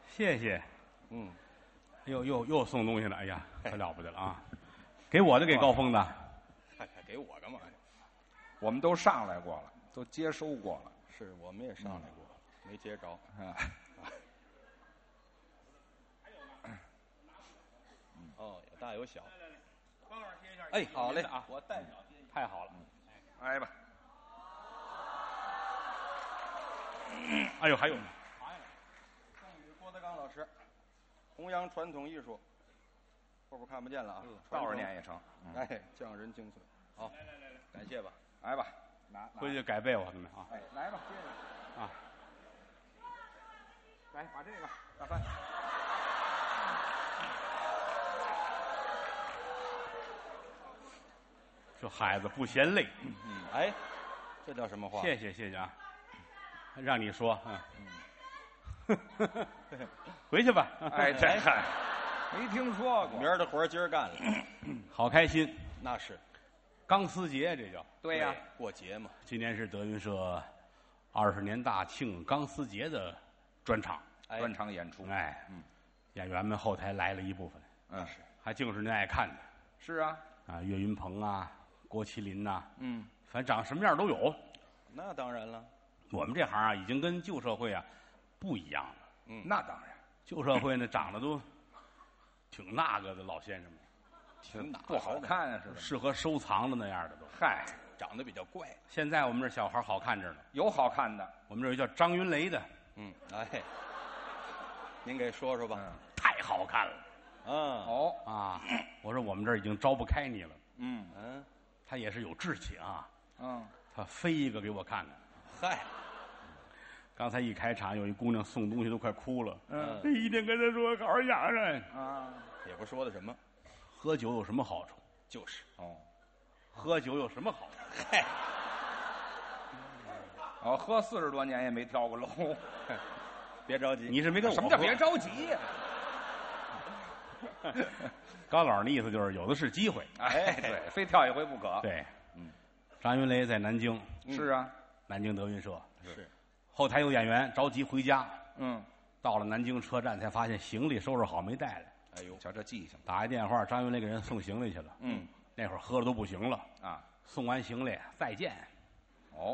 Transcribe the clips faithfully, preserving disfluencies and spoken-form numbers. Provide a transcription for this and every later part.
谢谢。 嗯， 又又又送东西了，哎呀，可了不得了啊！给我的，给高峰的。 嗨，给我干嘛呀？ 我们都上来过了，都接收过了。 是我们也上来过，没接着。 啊， 哦，有大有小。 帮着接一下。 哎，好嘞啊， 我代表接。 太好了。 来吧。 哎呦，还有呢。 赠予郭德纲老师，弘扬传统艺术。后边看不见了啊， 倒着念也成。 哎，匠人精髓。好，来来来来，感谢吧。 来吧，拿拿回去改被窝他们啊。 哎，来吧，接着啊， 来把这个大范。 这孩子不嫌累。 嗯，哎，这叫什么话？ 谢谢谢谢啊，让你说，嗯，回去吧。 哎，这嗨，没听说过。 明儿的活儿今儿干了， 好开心， 那是。 钢丝节这叫。 对呀， 过节嘛。 今年是德云社二十年大庆钢丝节的专场。 哎专场演出。 哎， 嗯， 演员们后台来了一部分， 嗯，是还净是您爱看的是啊， 啊，岳云鹏啊，郭麒麟呐， 嗯， 反正长什么样都有。 那当然了。 我们这行啊，已经跟旧社会啊不一样了。 嗯， 那当然， 旧社会呢，长得都挺那个的老先生们， 挺哪不好看啊，是吧？ 适合收藏的那样的都。 嗨， 长得比较怪。 现在我们这小孩好看着呢， 有好看的， 我们这有一叫张云雷的， 嗯，哎，您给说说吧。 太好看了嗯， 哦， 啊！我说我们这儿已经招不开你了。 嗯嗯， 他也是有志气啊， 嗯， 他飞一个给我看看。 嗨， 刚才一开场，有一姑娘送东西都快哭了。 嗯一定跟她说好好养着。 啊， 也不说的什么， 喝酒有什么好处？ 就是。 哦， 喝酒有什么好处？ 嗨， 哦，喝四十多年也没跳过楼。 别着急。 你是没跟我什么叫喝别着急呀？ 高老师的意思就是有的是机会。 哎，对，非跳一回不可。 对， 嗯， 张云雷在南京， 是啊， 南京德云社， 是。 后台有演员着急回家， 嗯， 到了南京车站才发现行李收拾好没带来， 哎呦， 瞧这记性。 打一电话，张云雷给人送行李去了。 嗯， 那会儿喝的都不行了， 啊， 送完行李再见， 哦，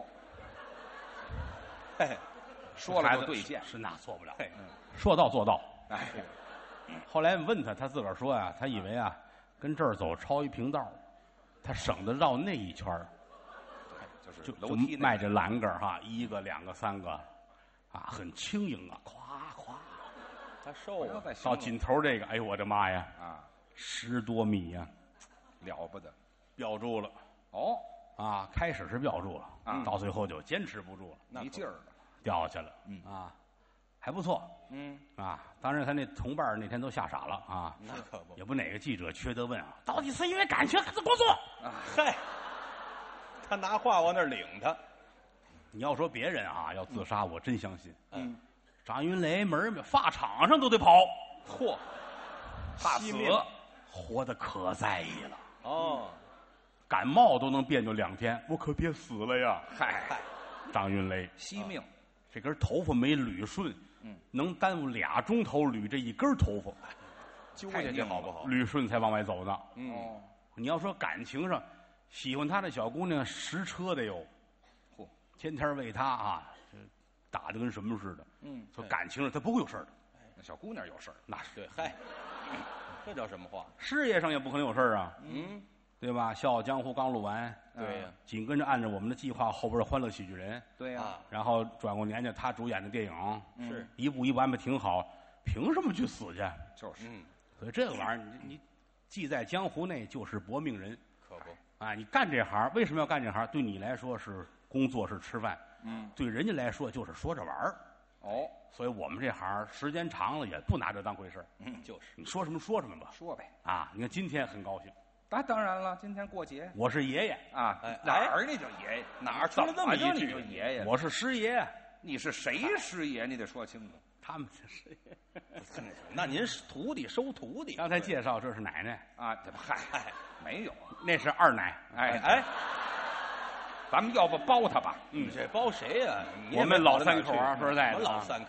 嘿， 说了孩子就兑现。 是那做不了， 嘿， 说到做到。 哎， 后来问他，他自个儿说呀、他以为啊，跟这儿走超一平道，他省得绕那一圈儿就是就楼梯那就迈着栏杆儿哈，一个、两个、三个，啊，很轻盈啊，咵咵， 他瘦啊。 不要再到尽头这个，哎呦我的妈呀， 啊， 十多米呀、 了不得。 标住了哦， 啊！开始是标住了， 啊到最后就坚持不住了， 那没劲儿了。 掉下去了， 嗯啊，还不错嗯， 啊。当然，他那同伴儿那天都吓傻了啊， 那可不。 也不哪个记者缺德问啊，到底是因为感情还是工作？ 嗨，他拿话往那儿领他。 你要说别人啊要自杀，我真相信。 嗯， 张云雷门儿发场上都得跑， 嚯， 怕死。 惜命活得可在意了， 哦， 感冒都能别扭两天，我可别死了呀！ 嗨， 嗨， 张云雷惜命。 这根头发没捋顺， 嗯， 能耽误俩钟头捋这一根头发， 揪下去好不好？ 捋顺才往外走呢。 嗯， 哦， 你要说感情上，喜欢他的小姑娘十车得有， 嚯， 天天为他啊，这打的跟什么似的。 嗯， 说感情上他不会有事儿的， 那小姑娘有事儿。 那是对，嗨，这叫什么话？ 事业上也不可能有事儿啊， 嗯， 对吧？《笑傲江湖》刚录完， 对呀。 紧跟着按照我们的计划，后边的《欢乐喜剧人》， 对呀， 啊， 然后转过年纪他主演的电影， 嗯是， 一步一步安排挺好，凭什么去死去？ 就是。 嗯， 所以这个玩意儿，你你既在江湖内，就是搏命人可不。 啊！你干这行，为什么要干这行？对你来说是工作，是吃饭； 嗯， 对人家来说就是说着玩儿。 哦， 所以我们这行时间长了，也不拿这当回事儿。 嗯， 就是。 你说什么说什么吧。 说呗。 啊，你看今天很高兴， 那当然了，今天过节我是爷爷， 啊哎， 哪儿那叫爷爷？ 哪儿出来这么一句怎就你就爷爷？ 我是师爷， 你是谁师爷？你得说清楚。 他们是师爷。 那您是徒弟收徒弟？ 刚才介绍这是奶奶， 啊，这不嗨，没有啊。 那是二奶。 哎哎， 咱们要不包他吧？ 嗯你这包谁呀？你也我们老三口没跑到哪儿去啊说实在的啊我们老三口。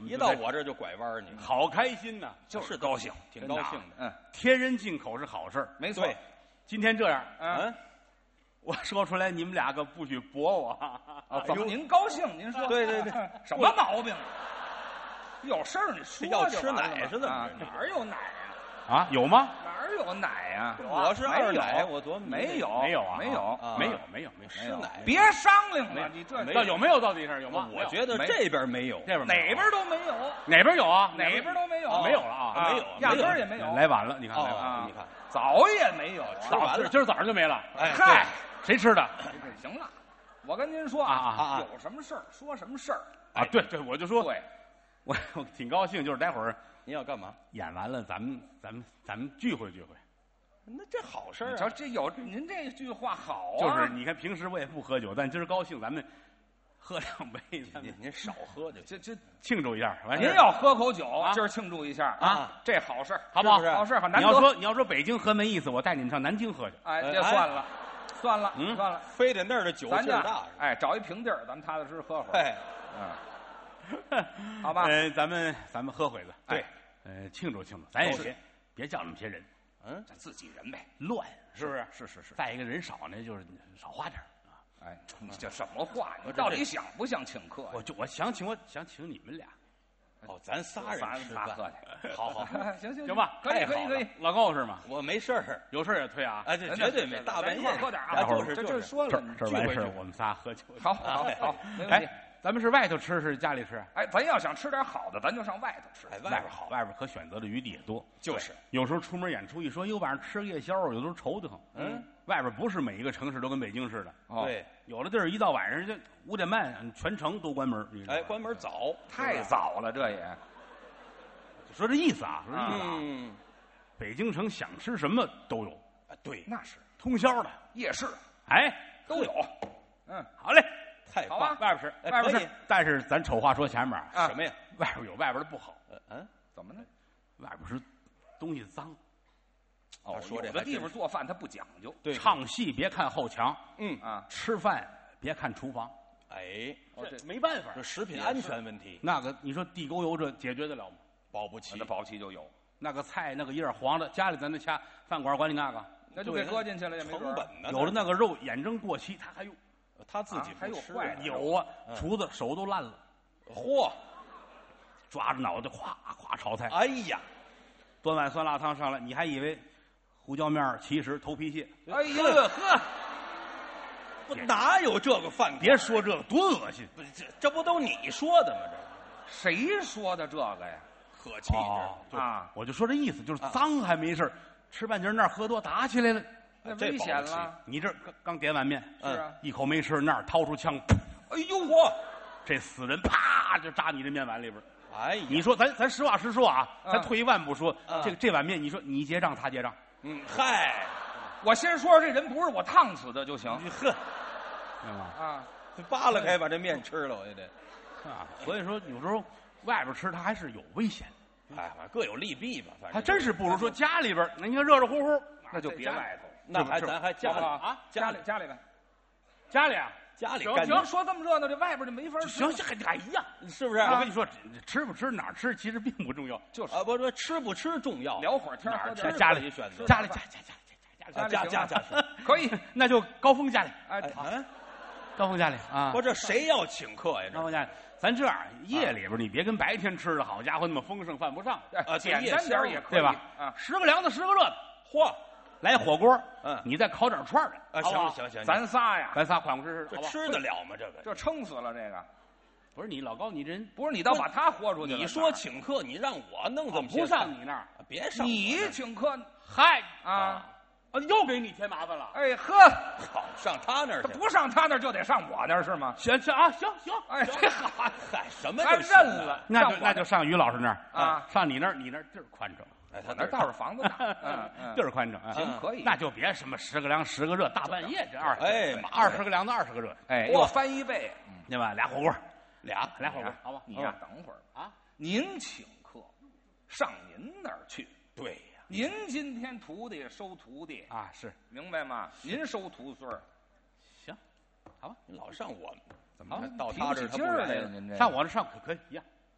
们一到我这就拐弯儿，你好开心呐， 就是高兴， 挺高兴的。 嗯， 添人进口是好事儿。 没错。 对， 今天这样， 嗯， 我说出来，你们俩可不许驳我。 啊，怎么您高兴？您说， 对对对， 什么毛病？有事儿你说要吃就完了奶是怎么啊着哪儿有奶呀？ 啊，有吗？ 哪儿有奶呀？ 我是二奶， 没有我多没有没有啊， 没有啊没有没有没有没有吃奶别商量了，你这到有没有到底是有吗？ 我觉得没这边没有， 这边哪边都没有， 哪边有啊？ 哪边都没有， 哦没有了啊？ 没有压根儿也没有， 来晚了，你看哦来晚了。 啊你看早也没有啊。 吃完了今儿早上就没了。 哎嗨， 谁吃的？ 行了，我跟您说啊啊啊有什么事儿说什么事儿。 啊，对对，我就说， 对， 我我挺高兴，就是待会儿您要干嘛？ 演完了，咱们咱们咱们聚会聚会。 那这好事儿啊！ 你瞧这有您这句话好啊， 就是你看平时我也不喝酒，但今儿高兴，咱们喝两杯，咱们您您少喝就这这庆祝一下。完事儿您要喝口酒， 啊今儿庆祝一下啊， 这好事儿， 好不好？ 是不是好事儿，好难你得。 要说你要说北京喝没意思，我带你们上南京喝去。 哎， 哎这算了，算了， 嗯算了， 非得那儿的酒咱家劲儿大。 哎找一平地儿，咱们踏踏实实喝会儿。 哎， 嗯，好吧呃，咱们咱们喝会子， 对， 呃，庆祝庆祝，咱也都是别别叫那么些人， 嗯， 咱自己人呗， 乱，是不是？ 是是是。 再一个人少呢，就是少花点儿啊。 哎，你这什么话？你我这到底想不想请客呀？ 我就我想请我想请你们俩， 哦，咱仨人咱吃饭仨喝去。 好好， 行行行吧可以太好了可以可以。 老高是吗？ 我没事儿， 有事儿也推啊。 哎，这绝对没大半夜咱一块儿喝点啊哎会儿这就是就是这说了这儿，这儿完事儿， 聚会聚会我们仨喝酒去。 好好好，没问题。 哎，咱们是外头吃是家里吃？ 哎，咱要想吃点好的，咱就上外头吃。 哎， 外边好，外边可选择的余地也多。 就是， 有时候出门演出一说，哟，晚上吃个夜宵，有时候愁得慌。 嗯， 外边不是每一个城市都跟北京似的， 哦， 对， 有的地儿一到晚上就五点半，全城都关门。你知道吗哎，关门早， 太早了，这也。 说这意思啊，说这意思啊。 嗯， 北京城想吃什么都有， 啊，对， 那是通宵的。 夜市哎， 都有。嗯， 好嘞， 太好吧棒， 外边吃， 哎外边吃可以。 但是咱丑话说前面啊， 啊什么呀？ 外边有外边的不好， 呃嗯， 怎么呢？ 外边是东西脏。 哦， 说这有的地还真是方做饭它不讲究。 对， 唱戏别看后墙， 嗯， 啊， 吃饭别看厨房， 哎， 哦这这没办法这。食品安全问题那个你说地沟油这解决得了吗？ 保不齐那，保齐就有， 那个菜那个叶儿黄的，家里咱那掐饭馆管你那个， 那就给搁进去了也没成准儿。 本呢， 有的那个肉眼睁过期，他还用他自己啊还有不吃坏的有啊， 嗯厨子手都烂了， 嚯， 抓着脑袋咵咵炒菜， 哎呀， 端碗酸辣汤上来，你还以为胡椒面儿其实头皮屑。 哎呦呵， 不哪有这个饭馆？ 别说这个，多恶心！ 不是这这不都你说的吗？ 谁说的这个呀？ 这客气哦着， 就啊我就说这意思，就是啊脏还没事儿吃半截那儿喝多打起来了， 那这危险保不齐了。 你这儿刚刚点碗面， 是啊， 一口没吃，那儿掏出枪， 哎呦嚯， 这死人啪就扎你这面碗里边儿。 哎呀， 你说咱咱实话实说啊， 啊咱退一万步说， 啊这个这碗面，你说你结账他结账， 嗯，嗨， 我先说说这人不是我烫死的就行你呵， 知道吗？ 啊。 扒拉开把这面吃了，我也得， 啊，所以说有时候外边吃它还是有危险的， 哎，反正各有利弊吧，反正还真是不如说家里边儿，那你看热热乎乎， 那就别外头， 那还这不咱还家里好不好啊家里家里边， 家里啊，行家里干净您说这么热闹，这外边就没法吃。 行行，哎呀， 是不是？ 我跟你说，吃不吃哪儿吃其实并不重要， 就是啊，不是吃不吃重要， 聊会儿天儿， 哪儿喝点儿吃家里可以选择家里家家家家家家家家家可以。 那就高峰家里， 哎， 哎， 好嗯， 高峰家里啊不，，这谁要请客呀？这高峰家里，咱这样夜里边儿你别跟白天吃的，好家伙那么丰盛犯不上， 哎啊简单这夜宵点儿也可以对吧？ 啊， 十个凉的，十个热的， 嚯， 来火锅， 嗯你再烤点串儿来， 啊， 好不好行行行， 咱仨呀， 咱仨款款实实的， 这好不好？ 吃得了吗？这个这撑死了这个。 不是你老高，你这人不是你倒把他豁出去了。 你说请客，你让我弄这么些不上菜你那儿， 别上我你那儿请客嗨啊？ 啊，又给你添麻烦了。 哎呵， 好上他那儿去。 这不上他那儿就得上我那儿是吗？ 行行啊，行行， 哎，这好， 嗨，什么他就行认了， 那上我就那就上于老师那儿啊， 上你那儿，你那儿地儿宽敞， 哎，他我那儿倒是房子大，嗯嗯， 地儿宽敞啊。 行可以。 那就别什么十个凉十个热，大半夜这二哎二十个凉的二十个热， 哎， 哇又翻一倍， 对吧？俩火锅， 俩俩火锅，好吧？ 你呀，等会儿啊， 您请客，上您那儿去。 对呀， 您今天徒弟收徒弟， 啊是明白吗？您收徒孙儿， 行，好吧？ 你老上我， 怎么好到他这儿他不提不起劲儿来了来了？您这上我这上可可以一样，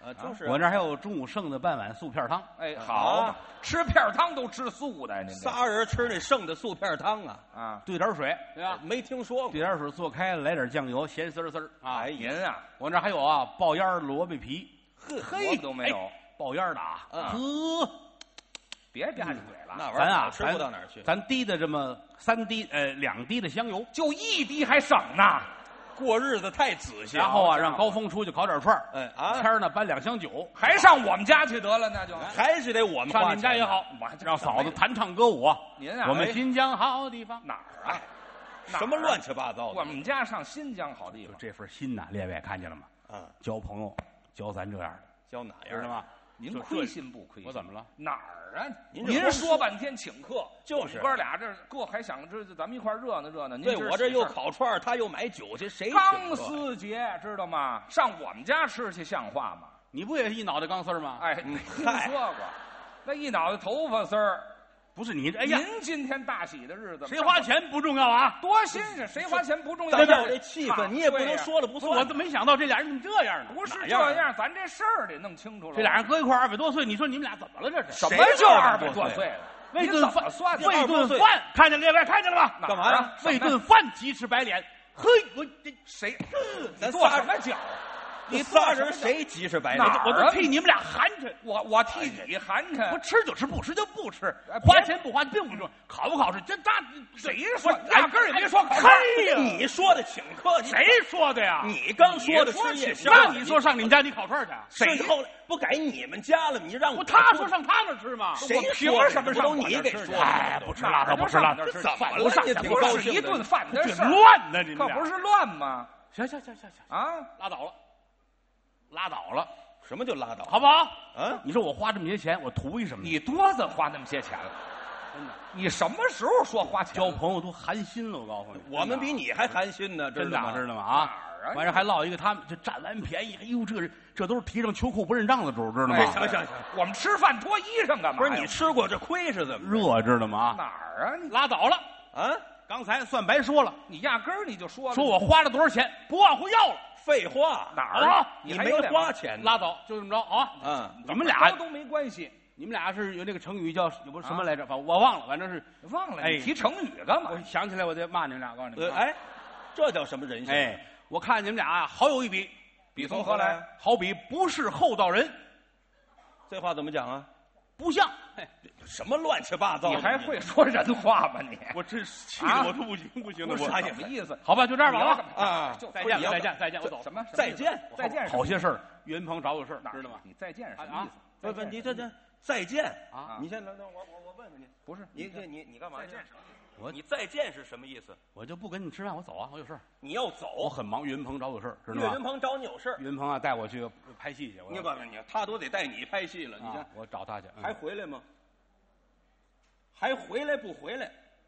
啊，就是我这还有中午剩的半碗素片汤。 哎， 啊好嘛，吃片汤都吃素的，您这仨人吃那剩的素片汤啊， 啊， 兑点水，对吧？ 没听说过。 兑点水做开了，来点酱油，咸丝丝儿啊。 哎您啊， 我那还有啊，爆烟儿萝卜皮， 呵嘿都没有， 哎爆烟儿的啊， 嗯呵， 别吧唧嘴了， 那玩意咱啊， 儿好吃不到哪儿去。 咱滴的这么三滴，呃，两滴的香油， 就一滴还省呢。 过日子太仔细了。 然后啊，让高峰出去烤点串儿， 哎啊谦儿呢搬两箱酒， 还上我们家去得了，那就还是得我们上花钱你们家也好我， 让嫂子弹唱歌舞啊。 您啊， 我们哎新疆好地方， 哪儿啊？哪儿什么乱七八糟的。 我们家上新疆好地就方， 这份心呐，列位看见了吗？ 啊， 交朋友，交咱这样的， 教哪样知道？吗？就您亏心不亏心？ 我怎么了？ 哪儿啊？ 您这光您说半天请客， 就是我们哥俩这各还想这咱们一块儿热闹热闹。您对知道我这又喜事儿烤串儿，他又买酒去，谁请钢客丝节知道吗？上我们家吃去像话吗？ 你不也是一脑袋钢丝儿吗？ 哎， 嗯听说过，那一脑袋头发丝儿。 不是你，哎呀， 您今天大喜的日子， 谁花钱不重要啊？ 多新鲜，谁花钱不重要。 咱要这气氛，你也不能对呀说了不不是， 算。 我都没想到这俩人怎么这样呢？ 不是哪样啊这样，咱这事儿得弄清楚了。 这俩人搁一块二百多岁，你说你们俩怎么了？这是什谁么叫二二百多岁百多岁了？你怎么为顿饭算的？ 为顿饭，看见列位看见了吧？ 干嘛呀？ 为顿饭鸡翅白脸，嘿，我这谁？ 咱做仨什么脚？ 你仨人谁急是白脸？ 哪儿啊我都替你们俩寒碜。 我我替你寒碜不。吃就吃，不吃就不吃哎，别花钱不花钱并不重要，考不考试这这谁说？ 哎压根儿也别说考试。 嘿呀， 你说的请客，你谁说的呀？ 你刚说的是夜宵， 那你说上你们家你烤串去？ 谁后来不改你们家了？你让不，他说上他那儿吃吗？ 谁凭说的什么上我不都你这儿吃去给说的？ 哎，不吃辣的，不吃辣的， 这怎么了饭不上， 你挺不高兴的是一顿饭的这事儿， 乱呢，你们俩可不是乱吗？ 行行行行行， 啊， 拉倒了，拉倒了， 什么就拉倒？ 好不好？ 啊， 你说我花这么些钱，我图一什么呢？ 你多子花那么些钱了？ 真的你什么时候说花钱了？ 交朋友都寒心了，我告诉你， 我们比你还寒心呢， 真的知道吗？ 知道吗？ 哪啊， 儿啊？ 完事还落一个，他们就占完便宜，哎呦，这这都是提上秋裤不认账的主，知道吗？ 哎行行行，我们吃饭脱衣裳干嘛呀？ 不是你吃过这亏是怎么着？ 热，知道吗？ 哪儿啊？你拉倒了， 啊？ 刚才算白说了， 你压根儿你就说了， 说我花了多少钱，不往回要了， 废话， 哪儿啊？ 你没还有脸花钱呢？ 拉倒，就这么着啊！ 啊， 你们俩， 都没关系， 你们俩是有那个成语叫有不什么来着？反正我忘了，反正是忘了哎你提成语干嘛我？想起来我得骂你们俩，我告诉你们呃， 啊。 哎，这叫什么人性？ 哎，我看你们俩啊，好有一比， 比从何来？ 好比不是厚道人， 这话怎么讲啊？ 不像。嘿什么乱七八糟的？ 你还会说人话吗？你我这气啊得我都不行不行的， 不是我什么意思？ 好吧，就这样吧，好吧。 啊就再见了， 不是再见，再见，我走。 什么再见， 再见？ 好些事儿，岳云鹏找有事儿， 哪儿知道吗？ 你再见是什么啊意思？ 不不， 再见你这这再见啊你先等等，我我我问问你， 不是你这你你干嘛去？ 我你再见是什么意思？ 我就不跟你吃饭，我走啊，我有事儿。 你要我走， 很忙，岳云鹏找有事儿，知道吗？ 岳云鹏找你有事儿， 岳云鹏啊，带我去拍戏去。我你问问你，他都得带你拍戏了，你啊看， 我找他去。嗯还回来吗？还回来不回来？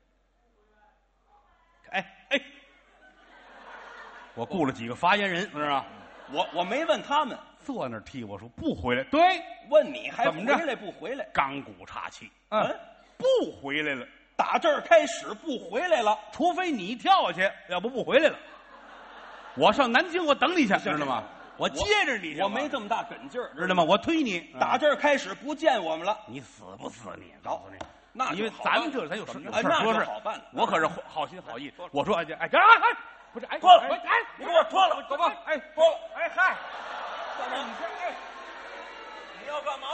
哎哎，我雇了几个发言人，知道吗？ 我我没问他们， 坐那儿替我说不回来。对， 问你还怎么着回来不回来？ 钢骨岔气， 嗯， 不回来了。 打这儿开始不回来了。 除非你跳下去，要不不回来了。我上南京，我等你去，知道吗？我接着你去， 我没这么大梗劲儿， 知道吗？我推你， 打这儿开始不见我们了， 你死不死你？告诉你， 那因为就好办咱们这咱有事怎么着哎那有事儿说就是好办我可是好心好意。我说哎哎哎，不是哎， 脱了哎哎， 你给我脱了， 走吧，哎， 脱了， 哎嗨， 干嘛？ 你这哎， 你要干嘛？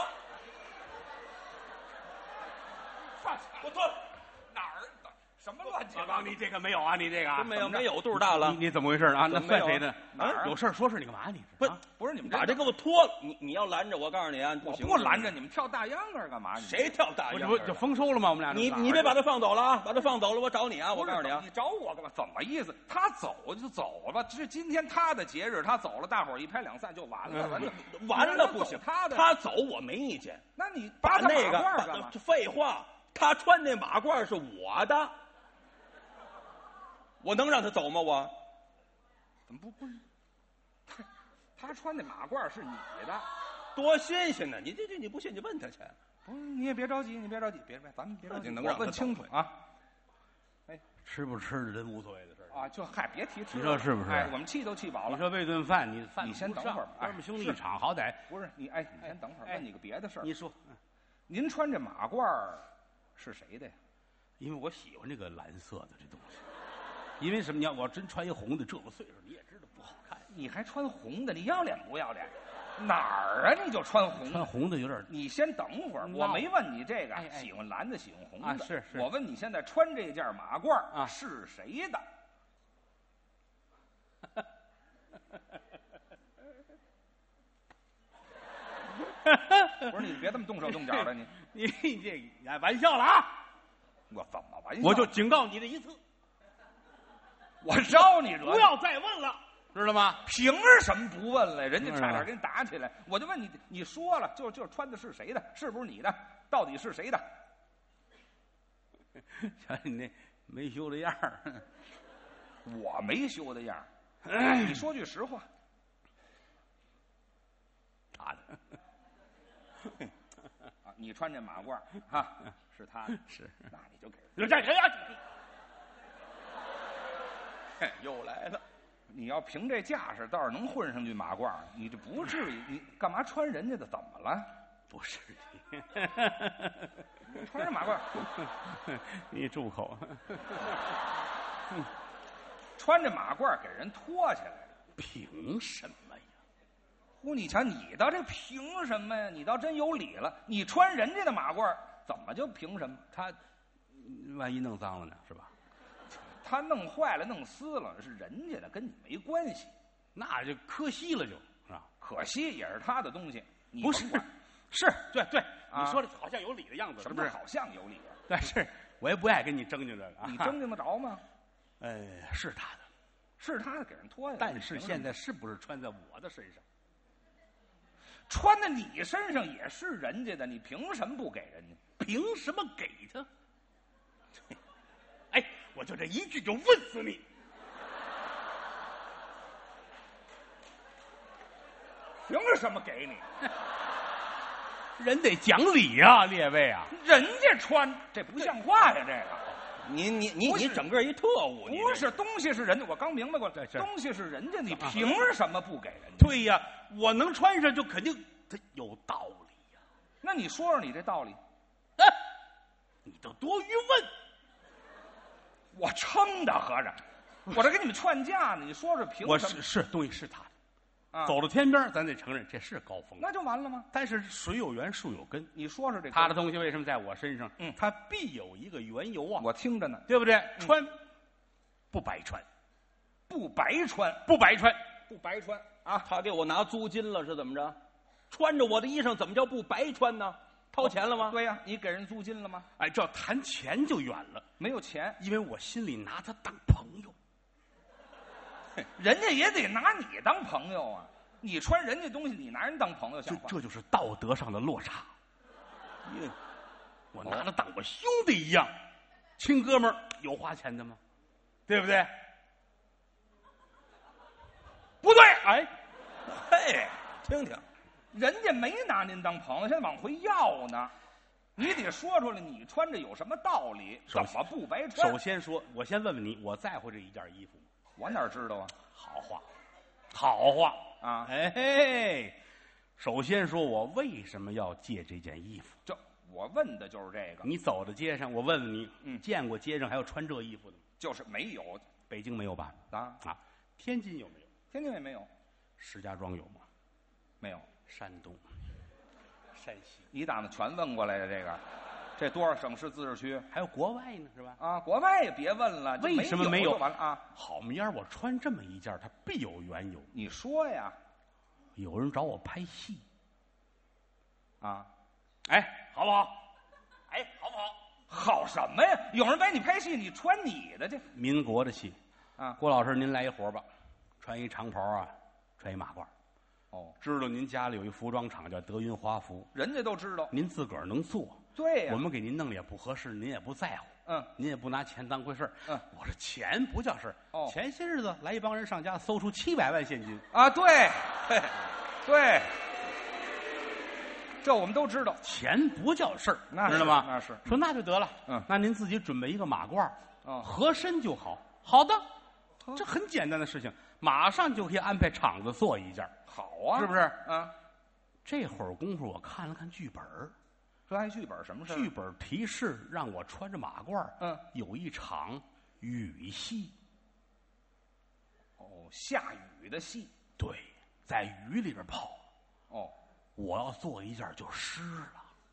放下我脱了， 哪儿的？什么乱七老八糟？ 王你这个没有啊，你这个啊真没有怎么着没有肚儿大了你，你怎么回事啊？那怎么没有算谁的？ 哪儿啊有事儿说事，你干嘛？你不啊不是你们把这给我脱了，你你要拦着我，告诉你啊， 我行不拦着你们跳大秧歌儿干嘛？你谁跳大秧歌不是不是就丰收了吗？我们俩你你别把他放走了啊！把他放走了，我找你啊！我告诉你啊， 你找我干嘛？怎么意思？他走就走了，这是今天他的节日，他走了，大伙儿一拍两散就完了。完了， 完了不行， 他的， 他走我没意见， 那你把他马那个把褂干嘛？ 废话，他穿那马褂是我的，我能让他走吗？我怎么不不是？他他穿那马褂是你的， 多新鲜呢！你这这你不信你问他去。 不是？你也别着急，你别着急，别别，咱们别着急， 那就能我问让他走清楚啊。 吃不吃的真无所谓的事儿。 啊，就嗨，别提吃了， 你说是不是哎，我们气都气饱了。 你说为顿饭，你饭你先不上等会儿哎哥们兄弟一场，好歹不是你，哎，你先等会儿， 哎问你个别的事儿。 你说， 您穿这马褂儿是谁的呀？ 因为我喜欢这个蓝色的这东西。因为什么？你要我真穿一红的，这个岁数你也知道不好看。 你还穿红的，你要脸不要脸？哪儿啊？你就穿红的？ 穿红的有点你先等会儿， 闹我没问你这个， 哎哎喜欢蓝的，喜欢红的。 啊是是我问你现在穿这件马褂儿啊是谁的？不是你别这么动手动脚的，你你这开玩笑了啊！ 我怎么玩笑？ 我就警告你这一次， 我招你惹你不要再问了，知道吗？ 凭什么不问了？人家差是吧点跟你打起来，我就问你，你说了，就就穿的是谁的？是不是你的？到底是谁的？ 瞧你那没羞的样儿， 我没羞的样儿哎你说句实话， 他的啊，你穿这马褂儿啊，是他的， 是， 那你就给这这这嘿又来了。 你要凭这架势，倒是能混上去马褂儿，你这不至于，你干嘛穿人家的？怎么了？ 不是你， 穿着马褂儿， 你住口！ 穿着马褂儿给人拖起来了。 凭什么呀？ 呼，你瞧你倒这凭什么呀？你倒真有理了。你穿人家的马褂儿，怎么就凭什么？ 他万一弄脏了呢？是吧？ 他弄坏了、弄撕了是人家的，跟你没关系。 那就可惜了就，是吧？ 可惜也是他的东西，你不是甭管， 是对对， 啊你说的好像有理的样子，是不是？ 什么叫好像有理啊？ 但是我也不爱跟你争竞这个啊。 你争竞得着吗？ 呃，是他的， 是他的，给人拖下来。 但是你凭什么现在是不是穿在我的身上？ 穿在你身上也是人家的，你凭什么不给人家？ 凭什么给他？哎，我就这一句就问死你！ 凭什么给你？ 人得讲理呀、列位啊！ 人家穿，这不像话呀！这个你你你不是你整个一特务，你这不是东西是人家，我刚明白过对，是东西是人家，你啊凭什么不给人家？ 对呀，我能穿上就肯定它有道理呀、 那你说说你这道理， 啊。你都多余问， 我撑的合着，我这给你们劝架呢，你说说凭我什么？ 是是东西是他的， 啊走到天边儿咱得承认这是高峰。 那就完了吗？ 但是水有源，树有根， 你说说这他的东西为什么在我身上？ 嗯它必有一个缘由啊， 我听着呢， 对不对？穿不白穿， 不白穿， 不白穿， 不白穿啊！ 他给我拿租金了是怎么着？穿着我的衣裳怎么叫不白穿呢？掏钱了吗？ 对呀、你给人租金了吗？ 哎，这谈钱就远了， 没有钱， 因为我心里拿他当朋友。 人家也得拿你当朋友啊！你穿人家东西，你拿人当朋友， 这像话？ 这就是道德上的落差。 嗯我拿他当我兄弟一样，亲哥们儿有花钱的吗？对不对？不对，哎， 嘿，听听， 人家没拿您当朋友，现在往回要呢。你得说出来，你穿着有什么道理？怎首么不白穿？ 首先说，我先问问你，我在乎这一件衣服吗？ 我哪知道啊？ 好话，好话啊哎嘿，首先说，我为什么要借这件衣服？ 这我问的就是这个， 你走到街上，我问问你， 嗯见过街上还有穿这衣服的吗？ 就是没有北京没有吧？ 啊， 啊，天津有没有？ 天津也没有， 石家庄有吗？ 没有。 山东、山西， 一档子全问过来的这个，这多少省市自治区还有国外呢，是吧？ 啊？国外也别问了，就为什么没有有就完了啊？ 好么样，我穿这么一件，它必有缘由。 你说呀， 有人找我拍戏， 啊， 哎，好不好？哎，好不好？ 好什么呀？有人陪你拍戏，你穿你的去民国的戏， 啊？ 郭老师您来一活吧，穿一长袍啊，穿一马褂。 哦， 知道您家里有一服装厂叫德云华服， 人家都知道， 您自个儿能做， 对呀、 我们给您弄了也不合适，您也不在乎， 嗯， 您也不拿钱当回事儿。 嗯， 我说钱不叫事儿。 哦前些日子来一帮人上家搜出七百万现金， 啊，对，嘿对，这我们都知道， 钱不叫事儿， 那是知道吗？ 那是说那就得了， 嗯那您自己准备一个马褂， 哦合身就好。好的， 这很简单的事情，马上就可以安排厂子做一件， 好啊， 是不是？ 啊， 这会儿功夫，我看了看剧本， 这还剧本什么事？ 剧本提示让我穿着马褂， 嗯， 有一场雨戏。 哦，下雨的戏。 对，在雨里边跑。 哦， 我要做一件就湿了。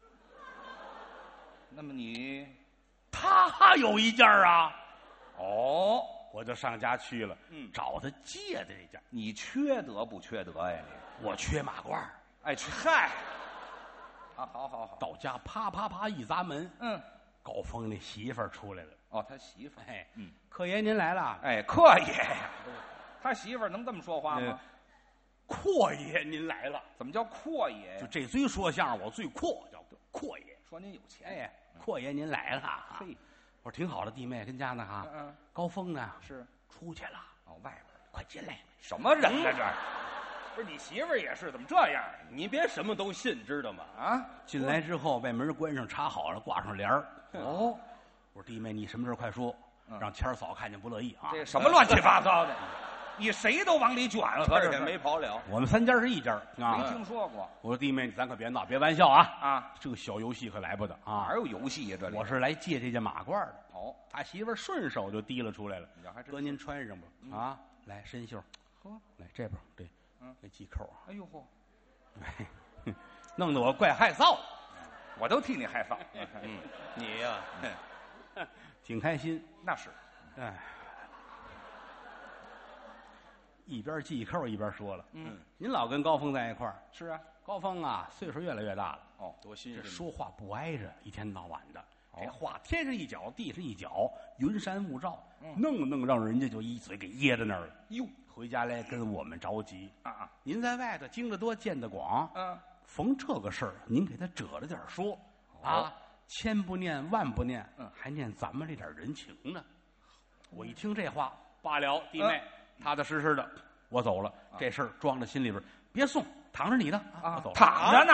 那么你， 他有一件啊。 哦， 我就上家去了， 嗯， 找他借的这件。 你缺德不缺德呀？你我缺马褂。 哎，去嗨。啊，好好好。 到家啪啪啪一砸门， 嗯， 高峰那媳妇儿出来了。 哦，他媳妇儿。 哎， 嗯， 客爷您来了。 哎，客爷呀，他媳妇儿能这么说话吗？ 阔爷您来了。 怎么叫阔爷？ 就这堆说相声我最阔，叫阔爷。 说您有钱。 哎，阔爷您来了。 嘿， 我说挺好的，弟妹跟家呢哈。 嗯嗯。 高峰呢？ 是出去了。 哦，外边。 快进来。 什么人呢这？不是你媳妇儿也是怎么这样？ 你别什么都信，知道吗？ 啊！ 进来之后，把门关上，插好了，挂上帘儿。 哦， 我说弟妹，你什么时候快说，让谦儿嫂看见不乐意啊！ 这什么乱七八糟的？你谁都往里卷了，合着也没跑了。 我们三家是一家啊， 没听说过。 我说弟妹，咱可别闹，别玩笑啊！ 啊， 这个小游戏可来不得啊！ 哪有游戏呀？这里我是来借这件马褂的。 哦， 他媳妇儿顺手就提了出来了。 你还哥，您穿上吧。啊，来伸袖， 呵， 来这边，对， 嗯， 给系扣啊。 哎呦嚯， 哎，弄得我怪害臊。 我都替你害臊。 嗯，你呀， 挺开心。 那是， 哎，一边系扣一边说了， 嗯， 您老跟高峰在一块儿。 是啊。 高峰啊，岁数越来越大了。 哦， 多新鲜！ 这说话不挨着，一天到晚的， 哦这话天上一脚，地上一脚，云山雾罩， 嗯弄弄让人家就一嘴给噎在那儿了。 哟， 回家来跟我们着急啊啊， 您在外头经得多，见得广， 嗯， 逢这个事儿，您给他褶着点说，啊，千不念万不念， 嗯， 还念咱们这点人情呢。我一听这话，罢了，弟妹，踏踏实实的，我走了。这事儿装在心里边，别送，躺着你的啊，我走了。 躺着呢。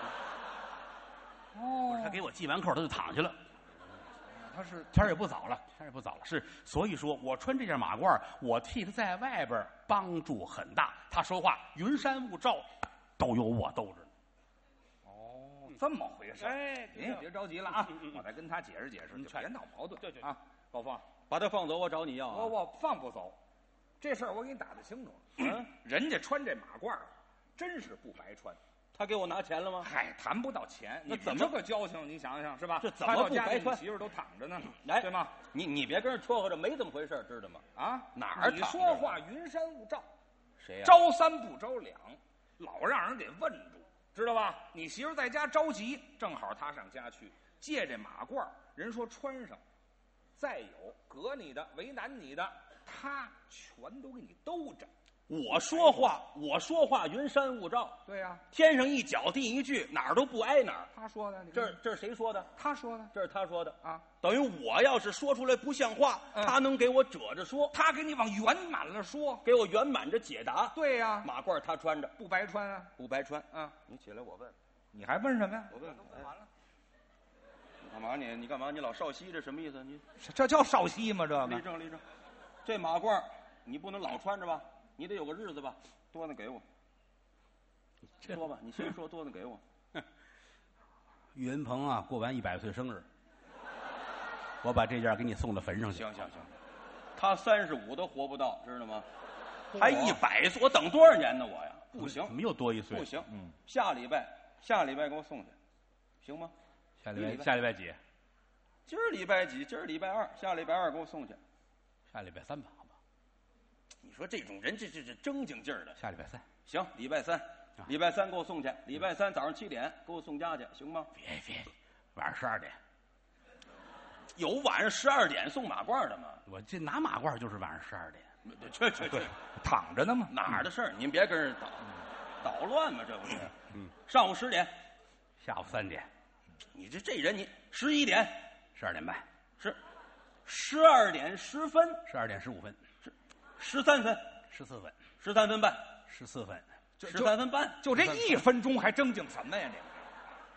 哦， 他给我系完扣，他就躺下了。 他是天儿也不早了，天儿也不早了。是，所以说我穿这件马褂，我替他在外边帮助很大。他说话云山雾罩，都有我兜着呢。 哦，这么回事。 哎， 您也别着急了啊，我再跟他解释解释，就别闹矛盾。 对对啊，高峰， 把他放走，我找你要啊。 我我放不走，这事儿我给你打听清楚。嗯，人家穿这马褂，真是不白穿。 他给我拿钱了吗？ 嗨，谈不到钱，你怎么这个交情？你想想是吧？ 这怎么他到家里不白穿你媳妇都躺着呢， 来， 对吗？ 你你别跟人撮合着，没这么回事，知道吗？ 啊， 哪儿你躺着说话云山雾罩， 谁呀？ 招三不招两，老让人给问住，知道吧？你媳妇在家着急，正好他上家去借这马褂，人说穿上，再有隔你的、为难你的，他全都给你兜着。 我说话，我说话云山雾罩， 对呀、 天上一脚地一句，哪儿都不挨哪儿。 他说的，你看这是这是谁说的？ 他说的这是他说的啊。 等于我要是说出来不像话， 嗯他能给我褶着说， 他给你往圆满了说。 给我圆满着解答。 对呀、 马褂他穿着不白穿啊。 不白穿。 啊， 你起来，我问， 你还问什么呀？ 我问， 都问完了， 你干嘛你？你干嘛？你老少西这什么意思？你这叫少西吗？这立正立正，这马褂你不能老穿着吧？你得有个日子吧？多的给我，说吧，你先说，多的给我。 岳云鹏啊，过完一百岁生日，我把这件给你送到坟上去。 行行行，他三十五都活不到，知道吗？还一百岁，我等多少年呢？我呀，不行， 怎么又多一岁？ 不行。 嗯， 下礼拜，下礼拜给我送去，行吗？ 下礼拜礼拜下礼拜几？ 今儿礼拜几？今儿礼拜二，下礼拜二给我送去。 下礼拜三吧，好吧？ 你说这种人，这这这正经劲儿的。 下礼拜三。 行，礼拜三，礼拜三给我送去。礼拜三早上七点给我送家去，行吗？ 别别，晚上十二点。 有晚上十二点送马褂的吗？ 我这拿马褂就是晚上十二点。 去去去， 躺着呢吗？ 哪儿的事儿？您别跟人捣捣乱嘛，这不是？ 嗯， 上午十点， 下午三点， 你这这人，你十一点十二点半， 是十二点十分， 十二点十五分， 十三分， 十四分， 十三分半， 十四分， 十三分半， 就这一分钟还正经什么呀？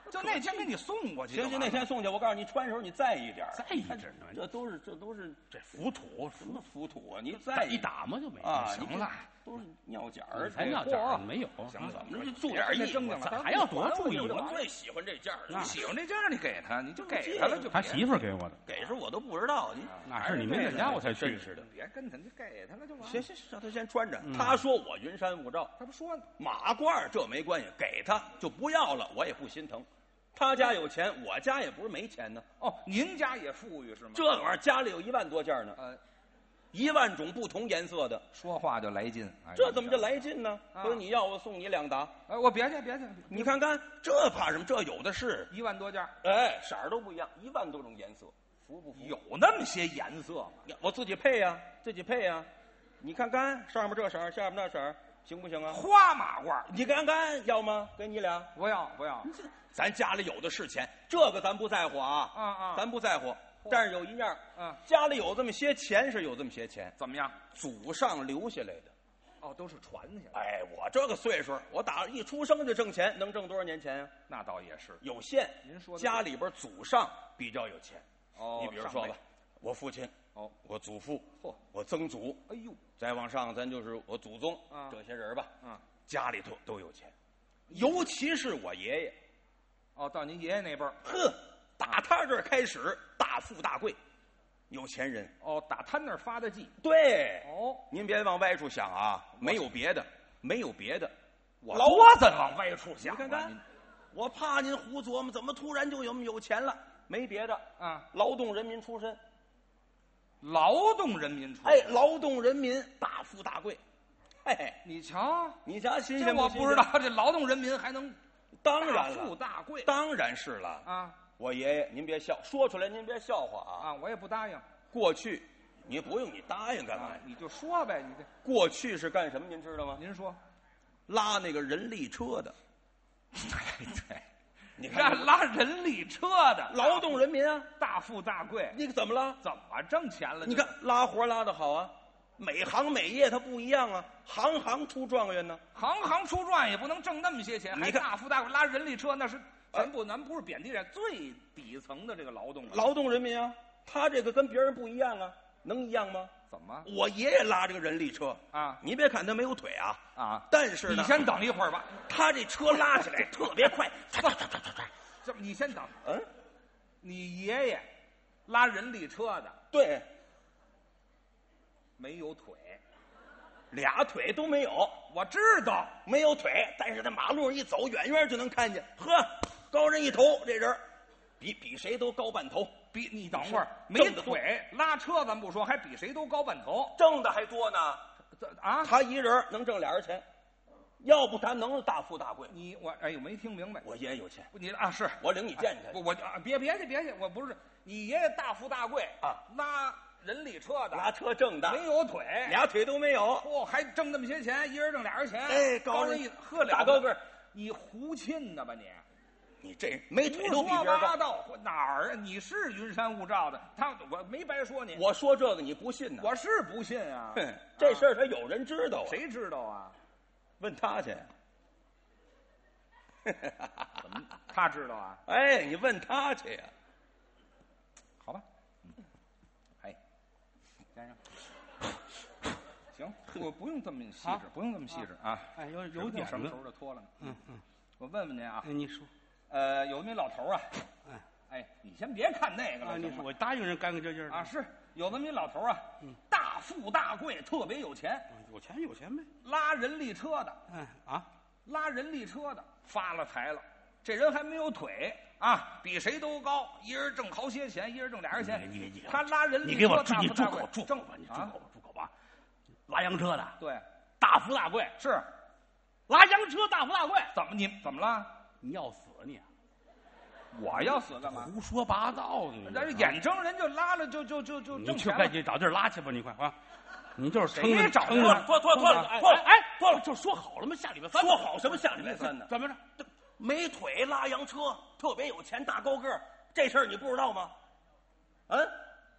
就那天给你送过去。 行行，那天送去，我告诉你，穿的时候你在意点， 在意着呢。 这都是这都是这浮土什么浮土啊？你在意一打嘛就没啊？ 行了， 都是尿点儿， 才尿点儿没有。 行了，怎么着就注点意， 正经了， 还要多注意？ 我最喜欢这件儿， 你喜欢这件儿，你给他，你就给他了，就他媳妇儿给我的， 给时我都不知道，你那是你没在家我才去似的。 别跟他，你给他了就完了。 行行，让他先穿着。他说我云山雾罩， 他不说呢。 马褂这没关系，给他就不要了，我也不心疼。他家有钱，我家也不是没钱呢。 哦，您家也富裕是吗？ 这玩意儿家里有一万多件呢， 呃， 一万种不同颜色的， 说话就来劲。哎、 这怎么就来劲呢？ 啊说你要我送你两打， 哎，我别去别去， 你看看这怕什么？这有的是， 一万多件， 哎，色儿都不一样，一万多种颜色，服不服？ 有那么些颜色吗？ 我自己配呀、啊，自己配呀、啊。你看看上面这色儿，下面那色儿，行不行啊？ 花马褂， 你看看要吗？给你俩， 不要不要。 咱家里有的是钱，这个咱不在乎啊， 啊啊， 咱不在乎。但是有一样， 嗯， 家里有这么些钱是有这么些钱， 怎么样？ 祖上留下来的， 哦，都是传下来。 哎，我这个岁数，我打一出生就挣钱，能挣多少年钱啊？ 那倒也是有限。 您说家里边祖上比较有钱， 哦， 你比如说吧，我父亲， 哦， 我祖父， 嚯， 我曾祖， 哎呦， 再往上咱就是我祖宗， 啊这些人吧， 啊， 家里头都有钱，尤其是我爷爷， 哦，到您爷爷那辈儿， 呵，打他这儿开始大富大贵，有钱人。 哦，打他那儿发的迹。 对， 哦， 您别往歪处想啊，没有别的，没有别的。 我老多怎往歪处想？ 你看看，我怕您胡琢磨，怎么突然就有有钱了？没别的啊， 劳动人民出身。 劳动人民出身， 哎，劳动人民大富大贵。嘿嘿， 你瞧， 你瞧新这鲜新鲜我不知道，这劳动人民还能当然大富了， 大贵当然是了啊！ 我爷爷，您别笑，说出来您别笑话啊！ 啊，我也不答应。 过去，你不用你答应干嘛呀？ 你就说呗，你这过去是干什么？您知道吗？ 您说， 拉那个人力车的。 对， 你看让拉人力车的劳动人民啊， 大富大贵， 你怎么了？ 怎么挣钱了？ 你看拉活拉得好啊，每行每业它不一样啊，行行出状元呢。 行行出状也不能挣那么些钱，还你看大富大贵拉人力车，那是咱不咱不是贬低人，最底层的这个劳动了。 劳动人民啊，他这个跟别人不一样啊，能一样吗？ 怎么我爷爷拉这个人力车啊？ 你别看他没有腿啊啊， 但是呢， 你先等一会儿吧。 他这车拉起来特别快，唰唰唰唰唰。 这你先等， 嗯， 你爷爷拉人力车的对， 没有腿， 俩腿都没有， 我知道。 没有腿，但是在马路上一走，远远就能看见，呵，高人一头，这人比比谁都高半头， 比你等会儿没挣得多腿拉车咱不说，还比谁都高半头。 挣的还多呢。 这啊， 他一人能挣俩人钱，要不他能大富大贵。 你我哎呦没听明白。 我爷爷有钱， 不你啊是我领你见见不我啊别别去别去，我不是你爷爷大富大贵啊， 拉人力车的拉车挣的， 没有腿， 俩腿都没有。 嚯、还挣那么些钱，一人挣俩人钱。 哎， 高人一喝大高个儿， 你胡沁呢吧你？ 你这没腿都比胡说别人高。 八道，哪儿啊？你是云山雾罩的，他我没白说你。 我说这个你不信呢？ 我是不信啊。 哼，这事儿他有人知道啊？ 谁知道啊？ 问他去。 怎么他知道啊？ 哎，你问他去呀、 好吧。哎，先生，行，我不用这么细致， 啊不用这么细致啊。 哎，有有点什么时呢候就脱了呢？ 嗯嗯， 我问问您啊， 哎，你说， 呃，有那么一老头儿啊， 哎哎，你先别看那个了， 啊，你行吗说我答应人干干净净的啊，是有这么一老头儿啊， 嗯大富大贵，特别有钱， 有钱有钱呗。 拉人力车的， 哎啊， 拉人力车的发了财了，这人还没有腿啊，比谁都高，一人挣好些钱，一人挣俩人钱。 你你你他拉人力车你给我大你富大贵住口住口挣吧，你住啊口吧住口吧。拉洋车的对， 大富大贵是拉洋车大富大贵， 怎么你怎么了？ 你要死你！ 我要死干嘛？ 胡说八道呢！ 这眼睁人就拉了，就就就就你挣钱了。 去快去找地儿拉去吧，你快啊！你就是谁撑着找撑着地儿脱脱脱了， 哎脱了， 哎，脱了，就说好了吗？下礼拜三说好什么下礼拜三呢？ 怎么着？ 没腿拉洋车，特别有钱，大高个儿，这事儿你不知道吗？嗯，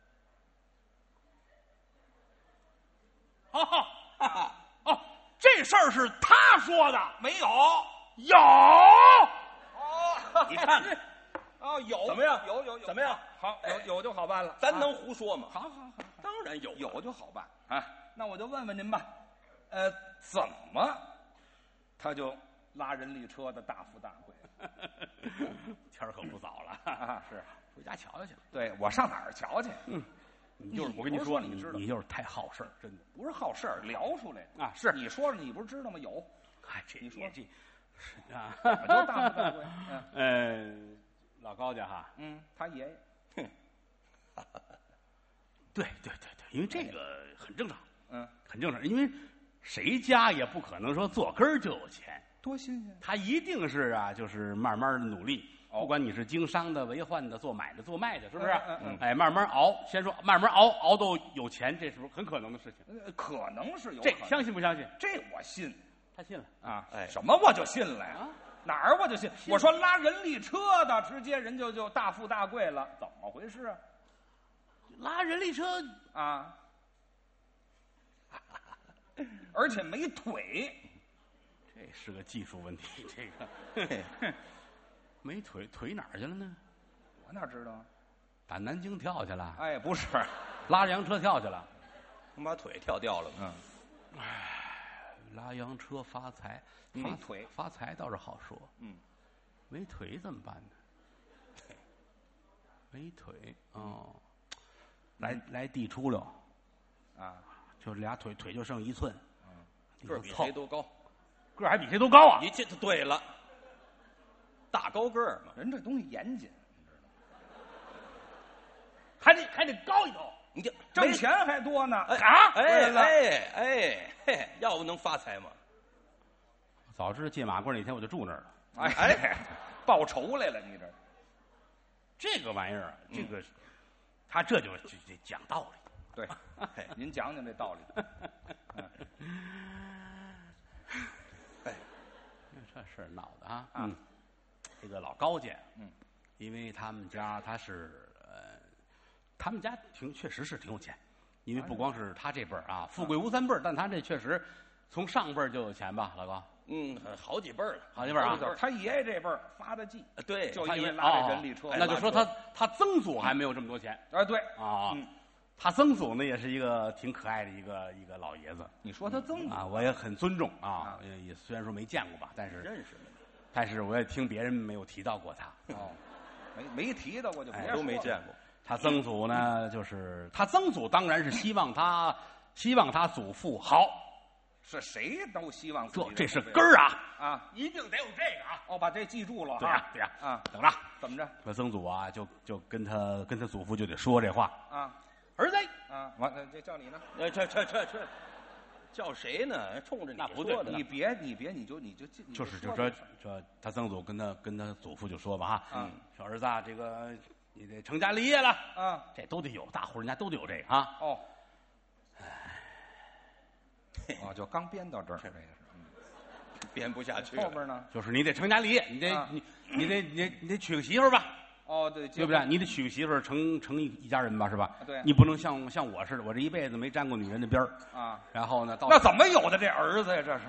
哦哦哦，这事儿是他说的， 没有有哦， 你看看哦，有怎么样？ 有有有， 怎么样？ 好，有有就好办了。 咱能胡说吗？ 好好好， 当然有， 有就好办。 啊。 那我就问问您吧，呃，怎么他就拉人力车的大富大贵？ 天儿可不早了， 啊，是， 回家瞧瞧去。 对我上哪儿瞧去？ 嗯，你就是你我跟你不是说，你说你知道你就是太好事儿，真的不是好事儿，聊出来的啊。是， 你说说，你不是知道吗？有， 哎，这你说这是啊， 怎么就大富大贵？ 呃， 嗯老高家哈， 嗯，他爷爷， 对对对对，因为这个很正常， 嗯， 很正常，因为谁家也不可能说坐根儿就有钱， 多新鲜！ 他一定是啊，就是慢慢的努力。 哦不管你是经商的、为患的、做买的、做卖的，是不是？ 嗯嗯嗯哎，慢慢熬，先说慢慢熬，熬到有钱，这是不是很可能的事情？ 呃可能是有这可能， 相信不相信？ 这我信他信了。 啊！ 哎什么我就信了呀？ 啊哪儿我就信？我说拉人力车的，直接人就就大富大贵了，怎么回事啊？ 拉人力车， 啊！而且没腿， 这是个技术问题。这个没腿，腿哪儿去了呢？ 我哪知道啊？ 打南京跳去了， 哎，不是， 拉着洋车跳去了。 他把腿跳掉了。 嗯， 拉洋车发财，发没腿发财倒是好说， 嗯， 没腿怎么办呢？没腿哦，来来地出溜， 啊， 就俩腿腿就剩一寸， 个儿比谁都高， 个儿还比谁都高啊！ 一这对了，大高个儿嘛。 人这东西严谨， 还得还得高一头。 你这挣钱还多呢。 哎啊哎对了哎哎嘿，要不能发财吗？ 早知道借马棍那天我就住那儿了。 哎哎，报仇来了，你这这个玩意儿啊，这个他这就就得讲道理。 对， 嘿您讲讲这道理。 哎， 这事儿闹的啊， 啊嗯，这个老高家， 嗯， 因为他们家他是呃，他们家挺确实是挺有钱，因为不光是他这辈儿啊，富贵无三辈儿，但他这确实从上辈儿就有钱吧，老高， 嗯，好几辈儿了， 好几辈儿啊不是他爷爷这辈儿发的迹， 对， 就他也因为拉这人力车哦，那就说他他曾祖还没有这么多钱啊，对， 啊， 嗯他曾祖呢也是一个挺可爱的一个一个老爷子你说他曾祖啊，我也很尊重啊啊， 也也虽然说没见过吧，但是认识呢， 但是我也听别人没有提到过他。 哦，没没提到过就别哎说都没了见过。 他曾祖呢，就是他曾祖当然是希望他希望他祖父好， 是谁都希望自己的这这是后辈根儿啊， 啊！ 一定得有这个啊。 哦，把这记住了对呀啊对呀， 啊！ 等着， 怎么着他曾祖啊，就就跟他跟他祖父就得说这话， 啊儿子， 啊！完了，这叫你呢？ 呃，这这这这叫谁呢？冲着你那不对说的你别你别你就你就你就是就说说这事这他曾祖跟他跟他祖父就说吧哈， 嗯说儿子啊，这个你得成家立业了， 啊这都得有，大户人家都得有这个啊。 哦。哦，就刚编到这儿，这个是。 编不下去了。 后边呢？ 就是你得成家立业，你得、 啊你你得你得你得娶个媳妇儿吧， 哦，对， 对不对？你得娶个媳妇儿成成一一家人吧，是吧？ 对你不能像像我似的，我这一辈子没沾过女人的边儿， 啊， 然后呢，到那怎么有的这儿子呀？这是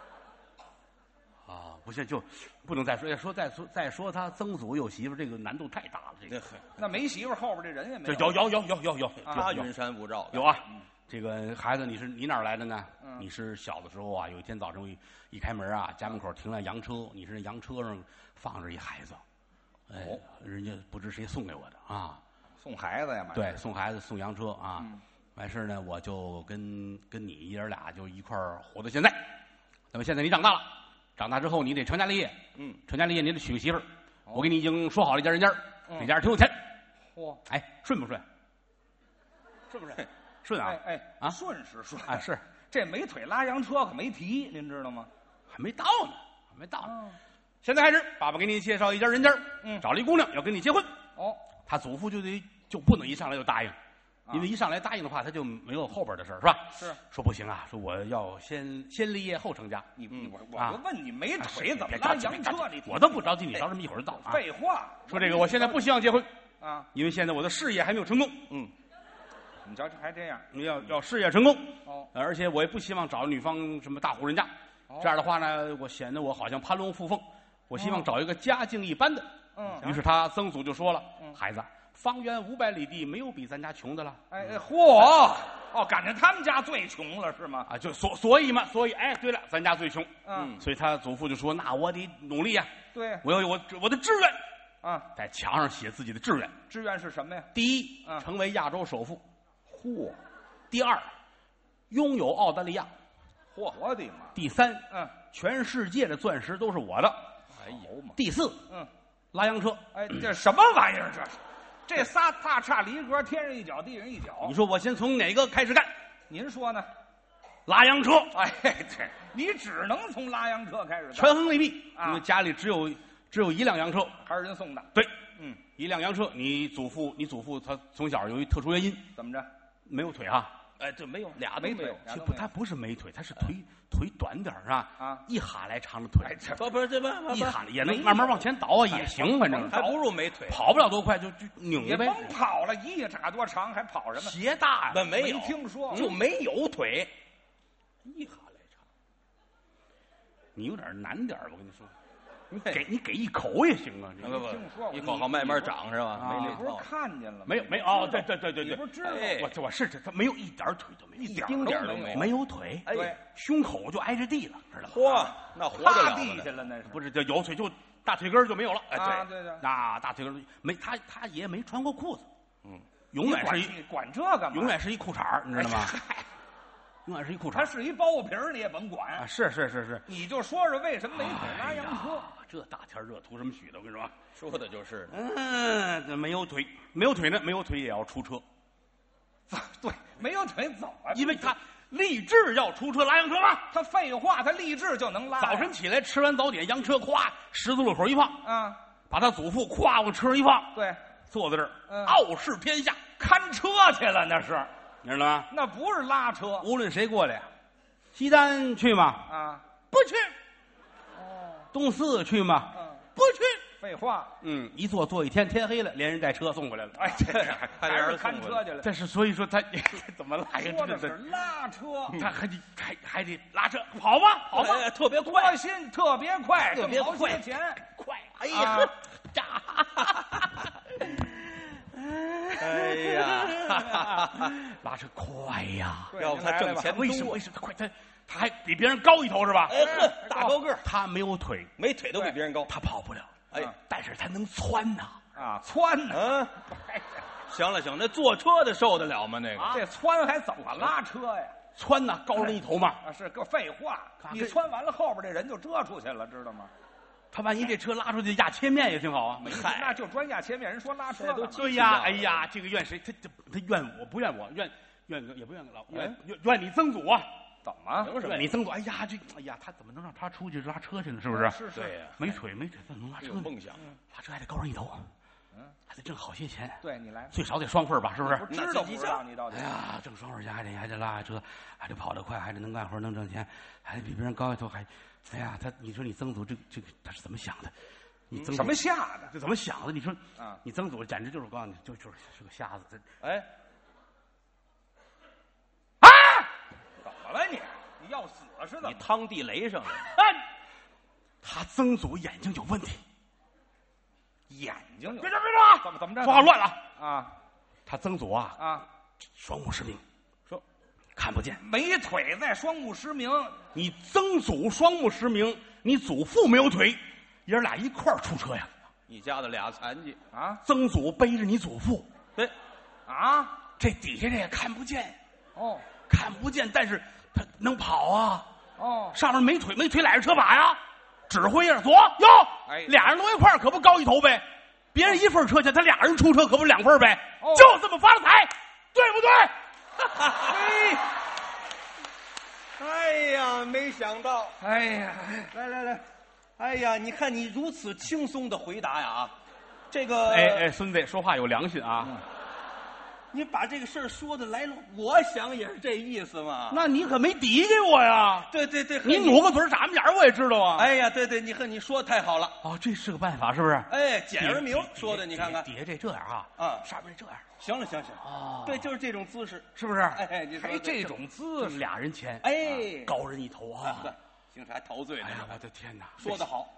啊，不行，就不能再说说再说再说他曾祖有媳妇儿，这个难度太大了。这个那没媳妇儿，后边这人也没这有有有有有有有他云山雾罩的有啊。这个孩子，你是你哪儿来的呢？ 嗯你是小的时候啊，有一天早晨一一开门啊，家门口停辆洋车，你是那洋车上放着一孩子，哎， 哦人家不知谁送给我的啊。 送孩子呀嘛。 对，送孩子送洋车啊。 嗯完事儿呢，我就跟跟你爷儿俩就一块儿活到现在。那么现在你长大了，长大之后你得成家立业， 嗯， 成家立业你得娶个媳妇儿。 哦我给你已经说好了一家人家儿， 嗯这家挺有钱。 嚯， 哎，顺不顺？顺不顺？顺啊哎！哎啊顺是顺啊，是这没腿拉洋车可没提，您知道吗？ 还没到呢，还没到呢。 哦现在开始，爸爸给你介绍一家人家儿， 嗯找了一姑娘要跟你结婚。 哦， 他祖父就得就不能一上来就答应， 啊因为一上来答应的话，他就没有后边的事儿，是吧？ 是说不行啊，说我要先先立业后成家。 你你我啊我就问你，没哎腿怎么别拉着急别着急洋车？你我都不着急，你着这么一会儿就到啊。 废话。 说这个，我现在不希望结婚， 啊， 因为现在我的事业还没有成功。 嗯， 你瞧这还这样你要要事业成功， 哦而且我也不希望找女方什么大户人家， 哦这样的话呢，我显得我好像攀龙附凤。 我希望找一个家境一般的。 嗯， 于是他曾祖就说了：“ 嗯孩子，方圆五百里地没有比咱家穷的了。” 哎哎，嚯！哦，赶上他们家最穷了是吗？ 啊，就所所以嘛，所以哎，对了，咱家最穷。 嗯， 所以他祖父就说：“那我得努力呀、 对我要有我我的志愿。” 啊， 在墙上写自己的志愿： 志愿是什么呀？ 第一， 嗯成为亚洲首富； 嚯第二，拥有澳大利亚； 嚯，我的妈！ 第三， 嗯， 全世界的钻石都是我的； 哎呦妈！ 第四， 嗯， 拉洋车。 哎，这什么玩意儿？这是，这仨大差离格，天上一脚，地上一脚你。说我先从哪个开始干？ 您说呢？ 拉洋车， 哎，对，你只能从拉洋车开始干， 权衡利弊， 啊因为家里只有只有一辆洋车。 还是人送的。 对， 嗯， 一辆洋车。你祖父，你祖父他从小有一特殊原因， 怎么着？ 没有腿哈。 哎，这没有俩都没腿没有， 这不， 俩都没有他不是没腿，他是腿腿短点儿是吧？ 啊一哈来长的腿， 哎这不不是这不不一哈也能没慢慢往前倒啊，也行，反正还不如没腿。 跑不了多快，就就拧呗也甭。跑了，一拃多长，还跑什么？ 鞋大呀， 那没有没听说就没有腿。 一哈来长，你有点难点儿我跟你说，你给你给一口也行啊。你不不听说过一口好慢慢长是吧？ 啊你不是没这套。 看见了吗？ 没有没有哦，对对对对对你不，是知道吗？ 哎我我是这他没有一点儿腿都没有， 一点丁点儿都没都没有没有腿， 哎对， 胸口就挨着地了，知道吗？ 嚯，那活得趴了吗地下了那是。 不是，就有腿就大腿根儿就没有了。哎， 啊对对那大腿根儿没他他爷没穿过裤子， 嗯， 永远是一你管这干嘛？ 永远是一裤衩儿，你知道吗？ 哎嗨永远是一裤衩儿它是一包皮儿，你也甭啊， 管。 是是是是。 你就说说为什么没腿拉洋车？ 哎呀这大天热图什么许的？我跟你说， 说的就是嗯，这没有腿，没有腿呢，没有腿也要出车， 对，没有腿走啊， 因为他立志要出车拉洋车嘛。 他废话，他立志就能拉呀。 早晨起来吃完早点，洋车咵十字路口一放， 啊， 把他祖父咵往车上一放， 对， 坐在这儿， 嗯傲视天下， 看车去了那是， 你知道吗？ 那不是拉车无论谁过来，西单去吗？ 啊。 不去。 哦， 东四去吗？ 嗯， 不去。 废话。 嗯，一坐坐一天，天黑了，连人带车送回来了。 哎，这还还是让人送回看车去了。 这是所以说他怎么拉呀？ 说的是这这拉车， 他还得还还得拉车跑吧，跑吧， 哎特别多快， 心特别快， 特别挣好些快钱。 快！ 哎啊呀， 呀！ 哎呀， 拉车快呀！ 对要不他挣钱为什么？ 多为什么他快？他他还比别人高一头是吧？ 哎呵，大高个儿， 他没有腿， 没腿都比别人高。 他跑不了。 哎， 但是他能窜呐。 啊，窜呢？ 嗯， 哎行了行，那坐车的受得了吗？那个这窜还怎么拉车呀？ 窜呐，高人一头嘛。 啊，是个废话。 啊你窜完了，后边这人就遮出去了，知道吗？ 他万一这车拉出去压切面也挺好啊。 嗨那就专压前面人说拉车这都呢对呀，哎呀，这个怨谁？他他他怨我不怨我，怨怨也不怨老怨怨怨你曾祖啊。 怎么？ 凭什么怨？你曾祖，哎呀，这哎呀，他怎么能让他出去拉车去呢？是不是？ 是是对呀， 没腿没腿，怎么能拉车呢？ 有梦想， 拉车还得高人一头， 嗯， 还得挣好些钱， 对你来， 最少得双份儿吧？是不是？ 不知道不知道你到底哎？呀，挣双份儿钱还得还得拉车，还得跑得快，还得能干活能挣钱，还得比别人高一头，还，哎呀，他你说你曾祖这这个他是怎么想的？你曾祖什么下的？ 这怎么想的？你说啊你曾祖简直就是我告诉你，就就是是个瞎子。这哎， 啊！ 怎么了你？你要死是怎么你？趟地雷上了， 啊！他曾祖眼睛有问题。 眼睛有别着别着！ 怎么怎么着？ 说话乱了。 啊他曾祖啊， 啊！ 双目失明， 说看不见。 没腿在，双目失明。 你曾祖双目失明，你祖父没有腿，爷儿俩一块儿出车呀。 你家的俩残疾， 啊曾祖背着你祖父， 对， 啊！ 这底下这也看不见， 哦看不见，但是他能跑啊。 哦， 上面没腿，没腿揽着车把呀，指挥呀，左右， 哎俩人都一块儿，可不高一头呗。别人一份车钱，他俩人出车，可不两份呗。 哦就这么发了财，对不对？ 嘿， 哎呀，没想到， 哎呀， 来来来，哎呀，你看你如此轻松的回答呀啊，这个， 哎哎，孙子说话有良心啊。 你把这个事儿说的来了，我想也是这意思嘛。 那你可没抵给我呀。 对对对， 你努个嘴儿眨巴眼儿我也知道啊。 哎呀，对对，你和你说太好了， 哦，这是个办法，是不是？ 哎，简而明说的，你看看， 底下这这样啊， 啊上面这样， 行了行行， 哦对，就是这种姿势， 是不是？ 哎，你说的还这种姿这势， 俩人前， 哎高人一头啊对。，行，还陶醉呢哎，呀，我的天哪！ 说的好，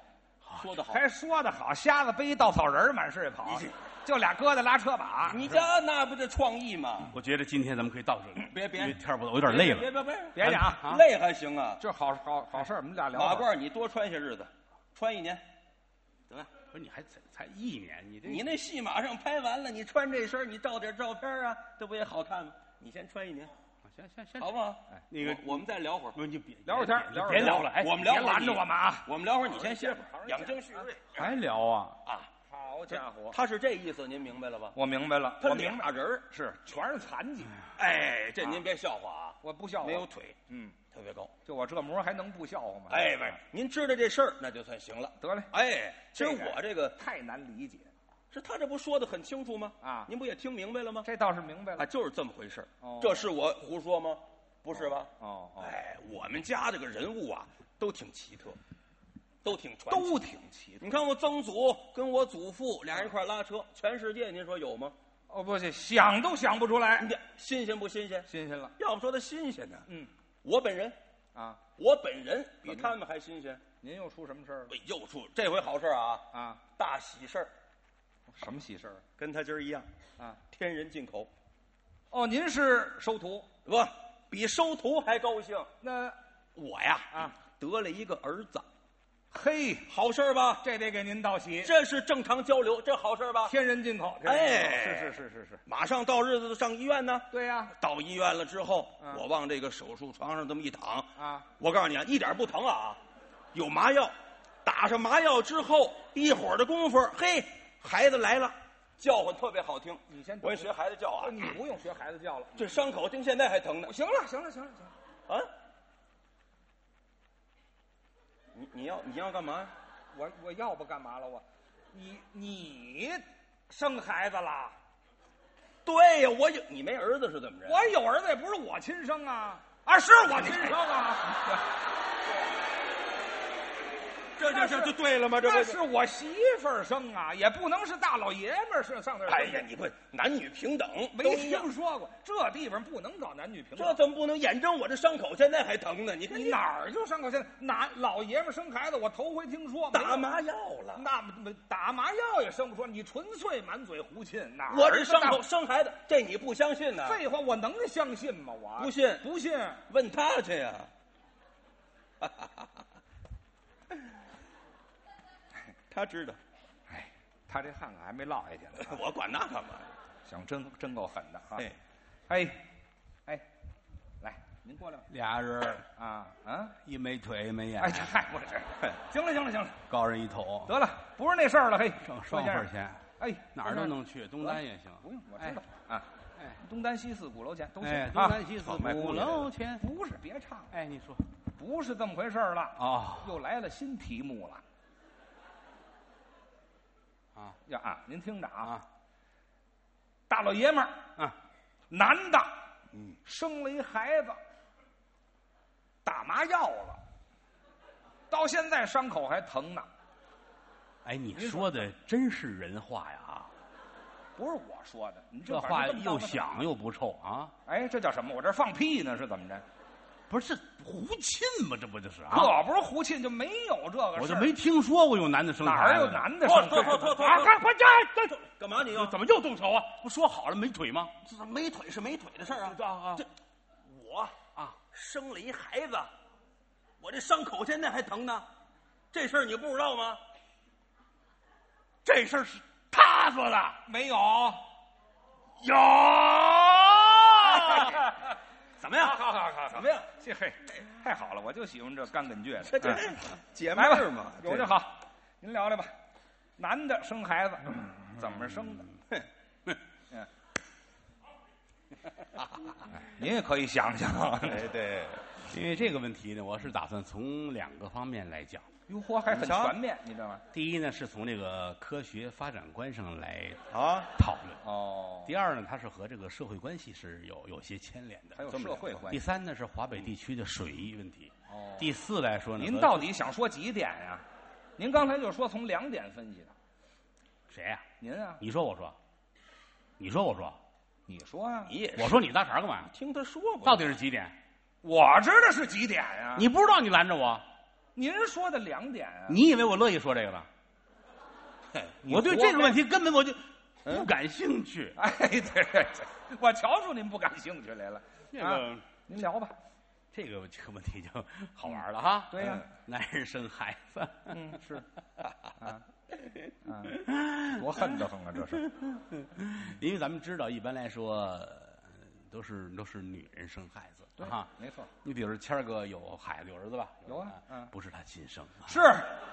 说得好， 还说得好，瞎子背一稻草人满世界跑，就俩疙瘩拉车把。 你家那不是创意吗？ 我觉得今天咱们可以到这里。 别别， 因为天儿不早，我有点累了。 别别别别讲啊， 累还行啊。 这好好好事，我们俩聊。 马褂你多穿些日子，穿一年，怎么样？ 不是你还才才一年，你这你那戏马上拍完了，你穿这身，你照点照片啊，这不也好看吗？你先穿一年， 行行行， 好不好？ 哎，那个我我们再聊会儿， 不是你别聊会儿天， 别聊别聊了，哎， 我们聊会儿别拦着我们啊！ 我们聊会儿，你先歇会儿，养精蓄锐还聊啊啊！ 好家伙， 他是这意思，您明白了吧？ 我明白了， 他我明白俩人儿， 是全是残疾， 哎，这您别笑话啊， 我不笑话， 没有腿， 嗯， 特别高。 就我这模还能不笑话吗？ 哎，不是，您知道这事儿，那就算行了。 得嘞， 哎，其实这个我这个太难理解是他这不说的很清楚吗？ 啊， 您不也听明白了吗？ 这倒是明白了啊，就是这么回事。 哦这是我胡说吗？不是吧？ 哦哦， 哎，我们家这个人物啊，都挺奇特，都挺传奇。 都挺奇特。 你看我曾祖跟我祖父俩人一块拉车，全世界您说有吗？ 哦，不是，想都想不出来你，这新鲜不新鲜？ 新鲜了。 要不说它新鲜呢。 嗯， 我本人， 啊， 我本人比他们还新鲜。 您又出什么事儿了？ 哎，又出这回好事儿啊！ 啊， 大喜事儿， 什么喜事儿跟他今儿一样， 啊？ 天人进口， 哦，您是收徒， 不比收徒还高兴。 那我呀， 啊， 得了一个儿子， 嘿， 好事儿吧？ 这得给您道喜， 这是正常交流，这好事儿吧？ 天人进口。 哎是是是是是， 马上到日子上医院呢。 对呀， 到医院了之后， 嗯我往这个手术床上这么一躺， 啊， 我告诉你啊，一点不疼啊，有麻药，打上麻药之后，一会儿的功夫，嘿，孩子来了，叫唤特别好听。 你先我也学孩子叫啊， 你不用学孩子叫了。 这伤口听现在还疼呢。 行了行了行了行了， 啊，你你要你要干嘛呀？ 我我要不干嘛了我？你你生孩子了？ 对呀，我有你没儿子是怎么着？ 我有儿子也不是我亲生啊，啊是我亲生啊， 这这这就对了吗？这不那是我媳妇儿生啊，也不能是大老爷们儿上上那儿生。 哎呀，你不男女平等，都没一样听说过，这地方不能搞男女平等。 这怎么不能？眼睁我这伤口现在还疼呢？你看你哪儿就伤口？现在男老爷们儿生孩子，我头回听说。 打麻药了？ 那么打麻药也生不出，你纯粹满嘴胡沁。哪儿我这伤大口生孩子，这你不相信呢？ 废话，我能相信吗？我不信， 不信。 问他去呀。他知道， 哎，他这汉子还没落下去呢。 我管那干嘛？ 想真真够狠的啊！ 哎， 哎，哎，来，您过来吧。 俩人啊啊！ 一没腿一没眼， 哎，这嗨，不是，行了行了行了， 高人一头， 得了，不是那事儿了，嘿， 挣双份钱， 哎， 哪儿都能去，东单也行。 不用，我知道啊。 哎， 东单西四鼓楼前都行。 哎，东单西四鼓鼓楼前， 不是，别唱。 哎，你说， 不是这么回事儿了。 哦， 又来了新题目了。 啊呀啊，您听着啊， 啊， 大老爷们儿啊， 男的， 嗯， 生了一孩子，打麻药了，到现在伤口还疼呢。 哎，你说的真是人话呀！ 不是我说的，你这话又响又不臭啊！ 哎，这叫什么？我这放屁呢？是怎么着？ 不是胡沁吗？这不就是啊？ 可不是胡沁，就没有这个事儿。 我就没听说过有男的生孩子。 哪有男的生？ 脱脱脱脱！ 啊！快快这这干嘛你要？ 怎么又动手啊？不说好了没腿吗？ 这没腿是没腿的事儿啊！ 啊啊！ 这我啊生了一孩子，我这伤口现在还疼呢，这事儿你不知道吗？ 这事儿是他说的， 没有。 有。 怎么样？ 好好好， 怎么样？ 这嘿，太好了，我就喜欢这干梗倔这的。 这姐妹来儿嘛， 有就好。您聊聊吧，男的生孩子怎么生的？ 哼， 嗯，您也可以想想。 哎对， 因为这个问题呢，我是打算从两个方面来讲。 哟嚯，还很全面，你知道吗？ 第一呢，是从这个科学发展观上来啊讨论。 哦， 第二呢，它是和这个社会关系是有有些牵连的。 还有社会关系。 第三呢，是华北地区的水域问题。 哦， 第四来说呢， 您到底想说几点呀？您刚才就说从两点分析的。 谁呀？ 您啊？ 你说我说，你说我说， 你说呀？ 你也是我说你搭茬干嘛？ 听他说过， 到底是几点？ 我知道是几点呀？ 你不知道你拦着我？ 您说的两点啊， 你以为我乐意说这个了？我对这个问题根本我就不感兴趣。 哎，对对对，我瞧出您不感兴趣来了。 这个、 啊、您聊吧。 这个这个问题就好玩了哈。 对呀、 嗯，男人生孩子， 嗯，是，啊，啊，多恨得很啊，这是。 因为咱们知道，一般来说都是都是女人生孩子， 对哈， 没错。 你比如谦儿哥有孩子，有儿子吧？ 有啊，嗯， 不是他亲生， 是。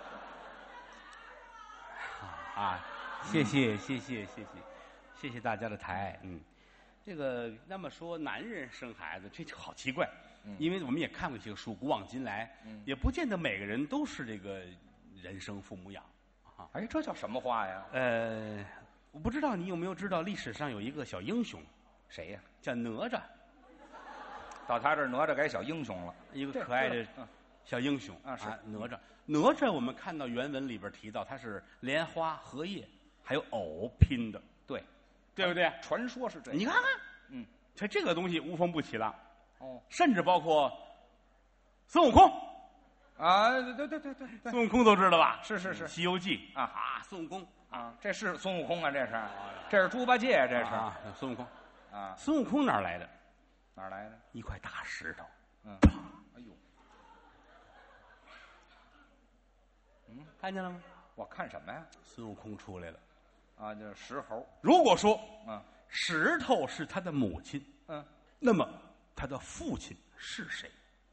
啊，谢谢谢谢谢谢谢谢大家的抬，嗯，这个那么说男人生孩子，这就好奇怪。因为我们也看过一些书，古往今来，嗯、也不见得每个人都是这个人生父母养，啊， 哎，这叫什么话呀？ 呃，我不知道你有没有知道，历史上有一个小英雄， 谁呀？ 叫哪吒。 到他这儿，哪吒改小英雄了， 一个可爱的小英雄啊，是啊，哪吒。哪吒，我们看到原文里边提到，他是莲花、荷叶还有藕拼的， 对， 对不对？ 传说是这样。 你看看， 嗯， 这这个东西无风不起浪。 哦， 甚至包括孙悟空啊，对对对对， 孙悟空都知道吧？ 是是是，《 西游记》 啊啊，孙悟空啊，这是孙悟空啊，这是，这是猪八戒，这是啊，孙悟空啊， 孙悟空哪儿来的？ 哪儿来的？ 一块大石头， 嗯，哎呦，嗯， 看见了吗？ 我看什么呀？ 孙悟空出来了， 啊，就是石猴。 如果说， 嗯， 石头是他的母亲， 嗯， 那么他的父亲是谁？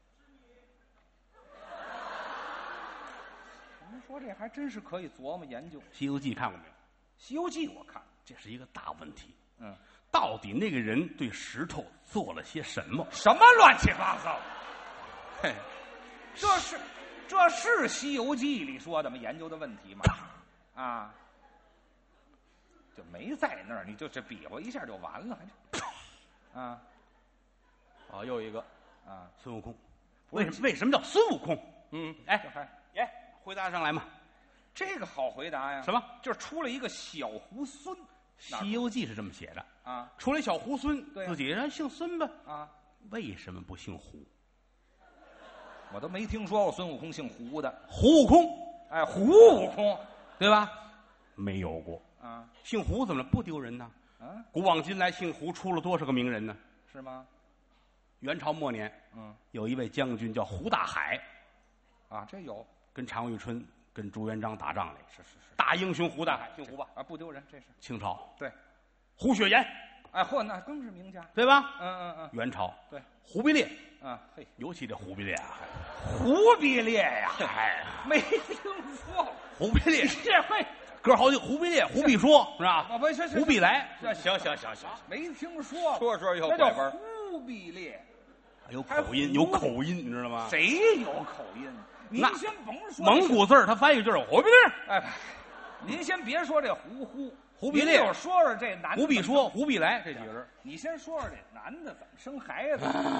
您说这还真是可以琢磨研究。《 西游记》看过没有？《 西游记》我看， 这是一个大问题。 嗯， 到底那个人对石头做了些什么？ 什么乱七八糟？嘿，这是这是《西游记》里说的吗？研究的问题吗？啊，就没在那儿，你就这比划一下就完了，还这啊。 哦，又一个啊， 孙悟空，为什么为什么叫孙悟空？ 嗯， 哎还哎，回答上来嘛。 这个好回答呀。 什么？ 就是出了一个小猢狲。《 西游记》是这么写的啊， 出来小猢狲， 对啊、 自己人姓孙吧？ 啊， 为什么不姓胡？ 我都没听说过孙悟空姓胡的。 胡悟空， 哎，胡悟空， 对吧？没有过啊， 姓胡怎么了？不丢人呢？ 啊， 古往今来，姓胡出了多少个名人呢？ 是吗？ 元朝末年， 嗯， 有一位将军叫胡大海， 啊，这有跟常遇春、跟朱元璋打仗来， 是是是， 大英雄胡大海，姓胡吧？ 啊，不丢人，这是清朝对， 胡雪岩， 哎，嚯，那更是名家， 对吧？ 嗯嗯嗯， 元朝对， 忽必烈， 啊，嘿， 尤其这忽必烈啊， 忽必烈呀， 哎， 没听说过， 忽必烈这会哥好几个，忽必烈、忽必说是吧？ 啊，不是是忽必来， 行行行行，没听说， 说说又那叫拐弯， 忽必烈， 有口音，有口音，你知道吗？ 谁有口音？您那先甭说蒙古字儿，他翻译就是忽必烈。 哎，您先别说这胡呼， 忽必烈您就说说这男的忽必说、忽必来这几个人。 你先说说这男的怎么生孩子？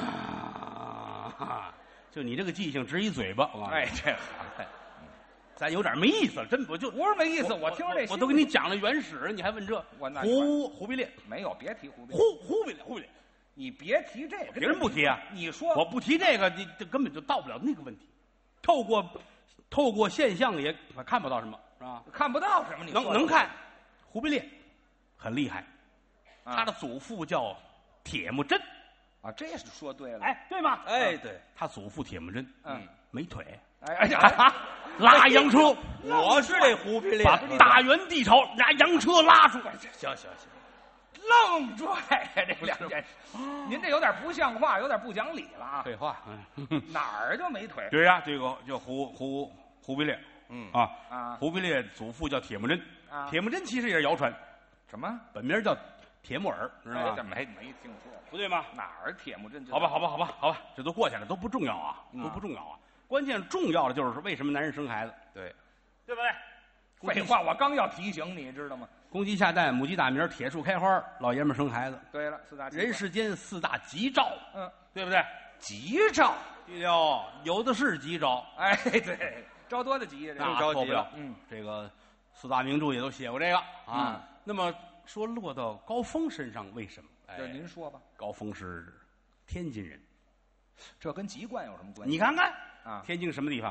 啊，就你这个记性，值一嘴巴。我哎，这好， 咱有点没意思了，真不就不是没意思。我听这， 我都给你讲了原始，你还问这？ 我那忽忽必烈没有，别提忽必烈， 忽忽必烈，忽必烈， 你别提这个， 别人不提啊。 你说我不提这个，你这根本就到不了那个问题。透过透过现象也看不到什么，是吧？ 看不到什么，你能能看。忽必烈很厉害， 啊、 他的祖父叫铁木真啊，这是说对了， 哎，对吗？ 哎，对， 他祖父铁木真， 嗯， 没腿， 哎哎呀， 拉洋车， 我是这忽必烈， 把大元帝朝拿洋车拉出， 行行行， 愣拽呀，这两件事，您这有点不像话，有点不讲理了啊！ 废话，嗯， 哪儿就没腿？ 对呀，这个叫忽忽忽必烈， 嗯啊啊， 忽必烈祖父叫铁木真， 啊， 铁木真其实也是谣传， 什么？ 本名叫铁木儿，知道吗？ 这没没听说， 不对吗？ 哪儿铁木真？ 好吧，好吧，好吧，好吧，这都过去了，都不重要啊，都不重要啊。关键重要的就是为什么男人生孩子， 对， 对不对？ 废话，我刚要提醒你，知道吗？ 公鸡下蛋，母鸡打鸣，铁树开花，老爷们生孩子。 对了，四大人世间四大吉兆， 嗯， 对不对？ 吉兆， 对了，有的是吉兆。 哎，对，招多的吉， 那着急错不了。 了嗯， 这个四大名著也都写过这个啊。 嗯那么说落到高峰身上，为什么？哎这您说吧。 高峰是天津人， 这跟籍贯有什么关系？ 你看看啊， 天津什么地方？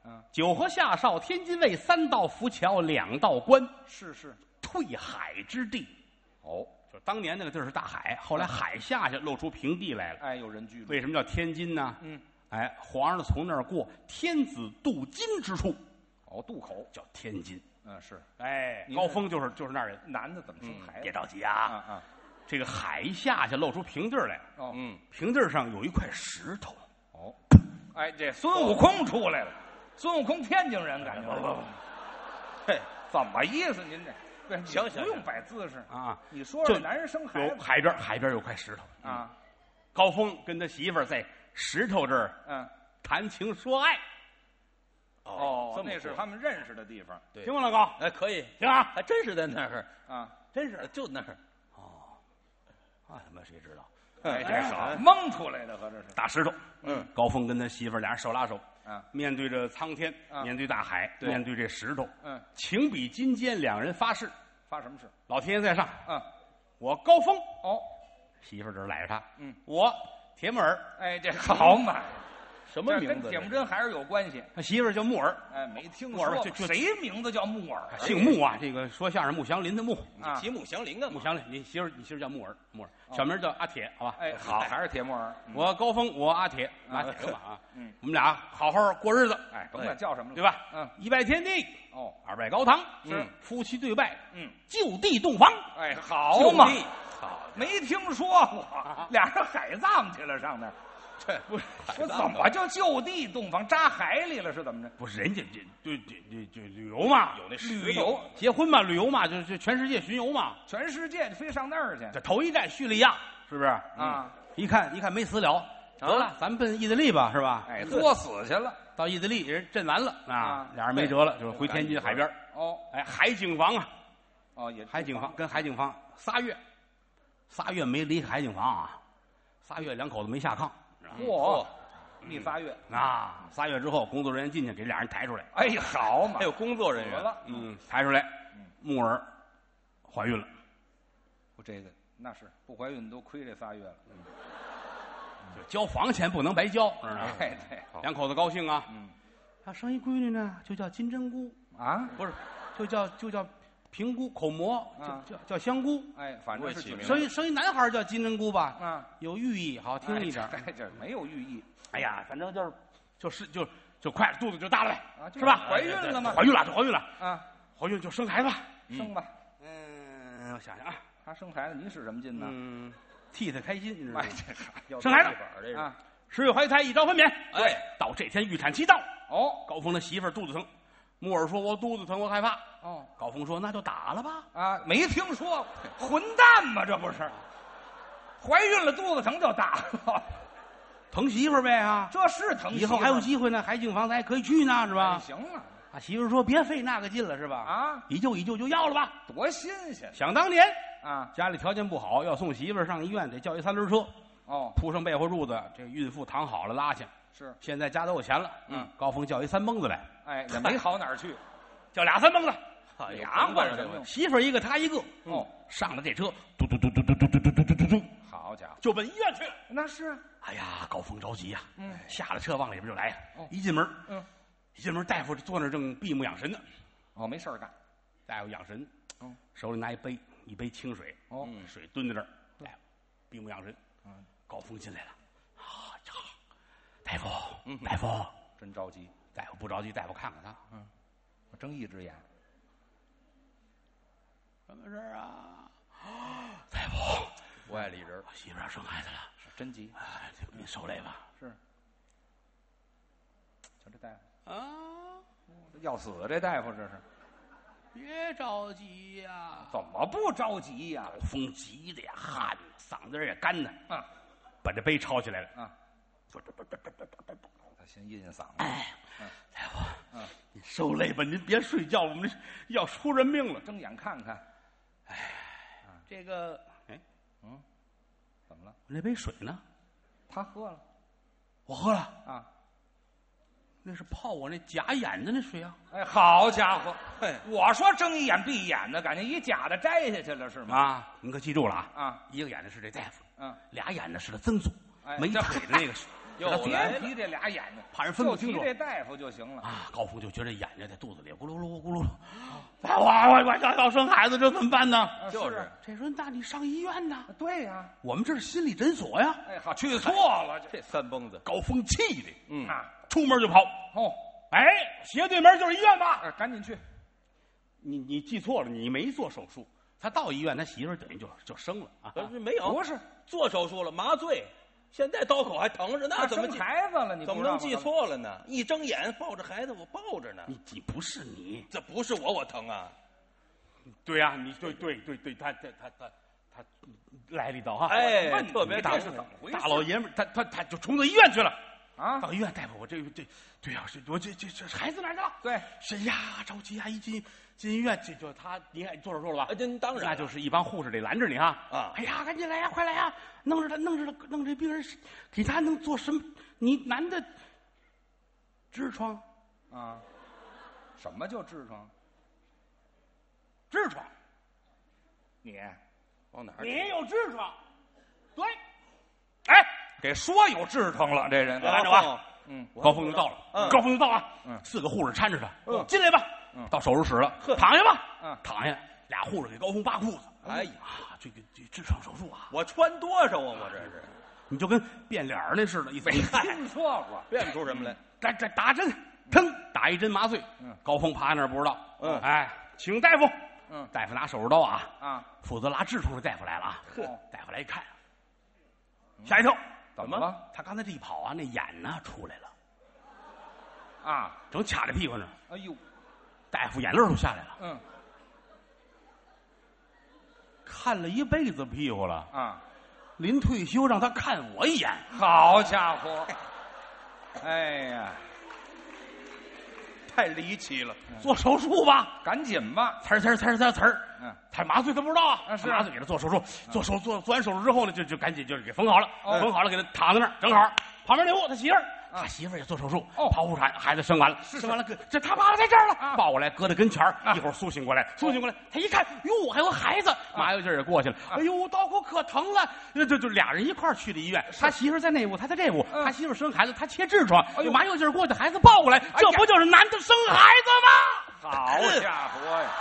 嗯， 九河下哨，天津卫，三道浮桥，两道关， 是是。 退海之地。 哦， 就当年那个地儿是大海，后来海下去露出平地来了。 哎，有人居住。 为什么叫天津呢？ 嗯， 哎，皇上从那儿过，天子渡津之处， 哦，渡口叫天津。 嗯，是。 哎，高峰就是就是那儿人。 男的怎么生孩子？ 别着急啊！ 啊啊， 这个海一下去，露出平地来。 哦， 嗯，平地上有一块石头。 哦，哎，这孙悟空出来了。孙悟空天津人，感觉。不不不，嘿，怎么意思？您这行行，不用摆姿势啊。 你说这男人生孩子， 海边海边有块石头啊。 高峰跟他媳妇儿在石头这儿， 嗯， 谈情说爱。 哦，那是他们认识的地方。 对，行吗，老高？ 哎，可以， 行啊， 还真是在那儿啊， 真是就那儿。 哦，那他妈谁知道？ 哎，这好蒙出来的，合着是大石头。 嗯， 高峰跟他媳妇儿俩人手拉手， 啊， 面对着苍天，面对大海，面对这石头， 嗯， 情比金坚，两人发誓， 发什么誓？ 老天爷在上， 嗯， 我高峰， 哦， 媳妇儿这儿赖着他， 嗯， 我铁木儿， 哎，这好嘛。 什么名字？ 跟铁木真还是有关系。 他媳妇儿叫木耳， 哎，没听木耳就就谁名字叫木耳？ 姓穆啊，这个说相声穆祥林的穆， 啊， 提木祥林啊， 穆祥林，你媳妇儿你媳妇儿叫木耳，木耳，小名叫阿铁，好吧？ 哎，好，还是铁木耳。 我高峰，我阿铁，阿铁吧啊， 嗯， 我们俩好好过日子， 哎，甭管叫什么了， 对吧？ 嗯， 一拜天地， 哦， 二拜高堂， 是夫妻对拜， 嗯， 就地洞房， 哎，好嘛， 好， 没听说过，俩人海葬去了上那儿。 这不是说怎么就就地洞房扎海里了？是怎么着？ 不是人家这这这这这旅游嘛， 有那旅游结婚嘛，旅游嘛，就就全世界巡游嘛， 全世界就非上那儿去。 这头一站叙利亚，是不是啊？ 一看一看没死了，得了，咱们奔意大利吧，是吧？ 哎，作死去了。 到意大利人震完了啊， 俩人没辙了，就是回天津海边。 哦， 哎，海景房啊， 哦也海景房跟海景房仨月，仨月没离开海景房啊，仨月两口子没下炕。 嚯！一仨月啊，仨月之后，工作人员进去给俩人抬出来。 哎，好嘛， 还有工作人员了， 嗯，抬出来，木耳怀孕了。 我这个那是不怀孕都亏这仨月了。嗯， 就交房钱不能白交，知道吗？ 对对， 两口子高兴啊。 嗯， 他生一闺女呢，就叫金针菇啊， 不是，就叫就叫平菇口蘑，叫叫叫香菇。 哎，反正是起名。 生一生一男孩叫金针菇吧， 啊， 有寓意，好听一点。 哎，这没有寓意。 哎呀，反正就是，就是就就快了，肚子就大了呗， 啊， 是吧？ 怀孕了吗？ 怀孕了，就怀孕了啊！ 怀孕就生孩子， 生吧。 嗯，我想想啊， 他生孩子，您使什么劲呢？ 嗯，替他开心，你知道吗？ 这生孩子这啊， 十月怀胎，一朝分娩。 对， 到这天预产期到。 哦， 高峰的媳妇儿肚子疼，木耳说：“我肚子疼，我害怕。” 哦， 高峰说：“那就打了吧。” 啊，没听说，混蛋嘛，这不是？怀孕了肚子疼就打了。 疼媳妇儿呗啊， 这是疼媳妇儿， 以后还有机会呢，海景房咱还可以去呢，是吧？ 哎、行啊， 啊，媳妇儿说别费那个劲了，是吧？ 啊， 以旧以旧就要了吧， 多新鲜！ 想当年啊， 家里条件不好，要送媳妇儿上医院，得叫一三轮车， 哦， 铺上被窝褥子，这孕妇躺好了拉去。 是， 现在家都有钱了， 嗯， 高峰叫一三蹦子来， 哎，也没好哪儿去， 叫俩三蹦子， 俩管什么用？ 媳妇儿一个，他一个， 哦， 上了这车，嘟嘟嘟嘟嘟嘟嘟嘟嘟嘟嘟， 好家伙， 就奔医院去了。 那是， 哎呀，高峰着急呀， 嗯， 下了车往里边就来了， 哦， 一进门， 嗯， 一进门，大夫坐那正闭目养神呢， 哦，没事干， 大夫养神， 哦， 手里拿一杯，一杯清水， 哦， 水蹲在这儿，大夫闭目养神，嗯，高峰进来了，啊呀，大夫，嗯，大夫， 真着急， 大夫不着急，大夫看看他， 嗯，我睁一只眼， 什么事儿啊？大夫， 不爱理人， 我媳妇要生孩子了， 真急， 哎，您受累吧？ 是，瞧这大夫啊， 要死啊！这大夫这是， 别着急呀， 怎么不着急呀？ 高峰急的呀，汗嗓子也干呢， 啊， 把这杯抄起来了， 啊，他先阴阴嗓子。 哎，大夫， 嗯， 您受累吧，您别睡觉，我们这要出人命了。 睁眼看看， 哎，这个，哎， 嗯，怎么了？ 我那杯水呢？ 他喝了， 我喝了啊， 那是泡我那假眼的那水啊。 哎，好家伙，嘿，我说睁一眼闭一眼的，感觉一假的摘下去了是吗？ 啊，您可记住了啊！ 啊， 一个眼的是这大夫， 嗯， 俩眼的是他曾祖， 哎没腿的那个是又他嘴别提这俩眼睛， 怕人分不清楚就提这大夫就行了。 啊。高峰就觉得眼睛在肚子里咕噜噜咕噜噜，我我我要要生孩子，这怎么办呢？ 就是这说那你上医院呐？ 对呀， 我们这是心理诊所呀。 哎，好，去错了， 这三蹦子， 高峰气的， 嗯啊， 出门就跑。 哦， 哎，斜对门就是医院吧？ 哎赶紧去。 你你记错了，你没做手术。他到医院，他媳妇儿等于就就生了啊。 不是没有， 不是做手术了，麻醉，现在刀口还疼着，那他生怎么记孩子了？你怎么能记？错了呢？一睁眼抱着孩子，我抱着呢， 你你不是你， 这不是我，我疼啊！ 对呀、你对对对对，他他他他他来了一刀哈。 哎问特别大是怎么回事大老爷们儿，他他他就冲到医院去了。 啊， 到医院，大夫，我这这，对呀、是我这这这孩子哪儿去了？ 对， 是呀，着急啊！一进进医院，这就他，你看做手术了吧？ 哎，这当然了那就是一帮护士得拦着你哈。 啊哎呀，赶紧来呀，快来呀！弄着他，弄着他，弄这病人，给他能做什么？你男的痔疮， 啊，什么叫痔疮？ 痔疮， 你往哪儿？ 你有痔疮，对。哎， 给说有痔疮了，这人拦着吧。 嗯， 高峰就到了， 嗯高峰就到了， 嗯四个护士搀着他， 嗯进来吧， 嗯到手术室了，躺下吧， 嗯躺下，俩护士给高峰扒裤子， 哎呀， 啊，这个这痔疮手术啊， 我穿多少啊？我这是你就跟变脸儿那似的，一没听说过， 变不出什么来。 这这打针，砰，打一针麻醉， 嗯高峰趴那儿不知道， 嗯哎，请大夫， 嗯大夫拿手术刀啊， 啊， 负责拉痔疮的大夫来了啊， 呵大夫来一看，吓一跳， 怎么了？ 他刚才这一跑啊，那眼呢出来了， 啊， 正掐在屁股那儿， 哎呦， 大夫眼泪都下来了， 嗯看了一辈子屁股了。 啊， 临退休让他看我一眼， 好家伙，哎呀， 太离奇了。 做手术吧， 赶紧吧， 呲儿呲儿呲儿呲儿呲儿， 嗯， 他麻醉他不知道啊， 啊是麻醉给他做手术，做手做做完手术之后呢，就就赶紧就给缝好了， 哦缝好了给他躺在那儿，正好旁边那屋他媳妇儿。 啊他媳妇儿也做手术， 哦剖腹产，孩子生完了，生完了，搁这他妈的在这儿了， 啊抱过来，搁在跟前儿， 啊一会儿苏醒过来，苏醒过来，他一看，哟，还有孩子，麻药劲儿也过去了，哎呦，刀口可疼了，就就就俩人一块儿去的医院，他媳妇儿在那屋，他在这屋， 嗯他媳妇儿生孩子，他切痔疮， 哎呦麻药劲儿过去，孩子抱过来，这不就是男的生孩子吗？ 好家伙呀！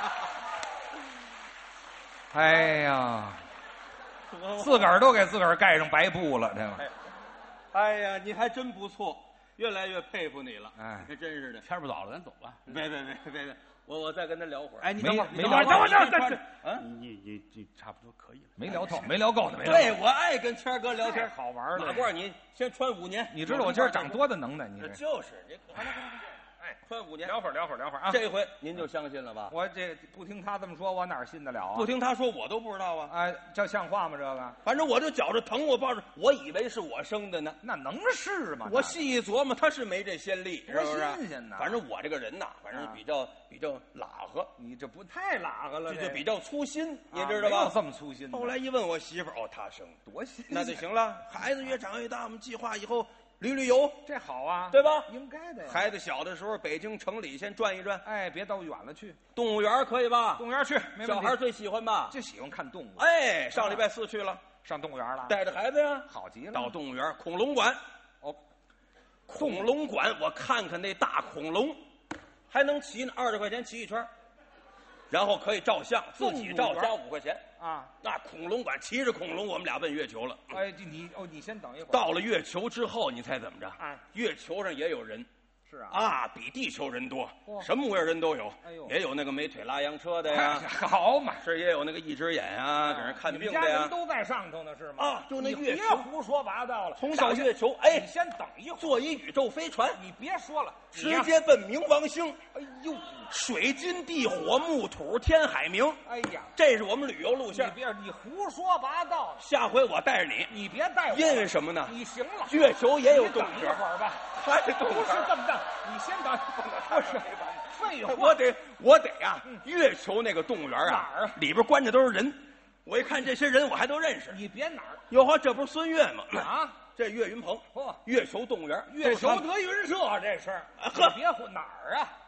哎呀，自个儿都给自个儿盖上白布了，这个。 哎呀，你还真不错，越来越佩服你了。 哎还真是的。 天儿不早了，咱走吧。 别别别别别，我我再跟他聊会儿。 哎，你没等会儿， 没你等会儿， 聊等会儿， 你等会儿， 嗯， 你你你差不多可以了。 没聊透，没聊够的，没聊够。 对我爱跟谦儿哥聊天， 好玩了。 马褂，你先穿五年。 你知道我今儿长多大能耐？你这就是你，完了，哎，穿五年。 聊会儿，聊会儿，聊会儿啊！ 这回您就相信了吧？ 我这不听他这么说，我哪儿信得了啊？ 不听他说，我都不知道啊。 哎，这像话吗？这个反正我就觉着疼，我抱着，我以为是我生的呢。 那能是吗？ 我细一琢磨，他是没这先例，是多不是？ 新鲜呐！ 反正我这个人呐，反正比较比较拉和， 你这不太拉和了，这就就比较粗心，你啊知道吧？ 没有这么粗心的。 后来一问我媳妇儿，哦，她生的， 多新鲜， 那就行了。孩子越长越大，我们计划以后旅旅游， 这好啊， 对吧？ 应该的呀。 孩子小的时候，北京城里先转一转， 哎，别到远了去， 动物园可以吧？ 动物园去，没问题。 小孩最喜欢吧？ 就喜欢看动物。 哎，上礼拜四去了， 上动物园了， 带着孩子呀， 好极了。 到动物园恐龙馆。 哦， 恐龙馆，我看看那大恐龙，还能骑呢，二十块钱骑一圈，然后可以照相，自己照加五块钱。 啊， 那恐龙馆骑着恐龙，我们俩奔月球了。 哎，这你哦，你先等一会儿。 到了月球之后，你猜怎么着？ 哎， 月球上也有人。 是啊， 啊，比地球人多， 嚯什么模样人都有。 哎呦也有那个没腿拉洋车的呀， 好嘛， 是也有那个一只眼啊，搁那看病的你们家人呀。 都在上头呢，是吗？ 啊，就那你别月球， 胡说八道了。 从到上月球，哎你，先等一会儿， 坐一宇宙飞船， 你别说了， 直接奔冥王星。 哎呦， 水金地火木土天海冥， 哎呀， 这是我们旅游路你线。 别你胡说八道， 下回我带着你， 你别带我， 因为什么呢？ 你行了， 月球也有你等一动物园， 会儿吧。 还是动物不是园。 这么着，你先等，不是废话， 我得我得啊，月球那个动物园啊， 哪儿啊里边关着都是人，我一看这些人我还都认识。 你别哪儿哟呵，这不是孙越吗？ 啊？ 这岳云鹏， 嚯， 月球动物园， 月球都是他们德云社这是， 啊你别胡哪儿啊？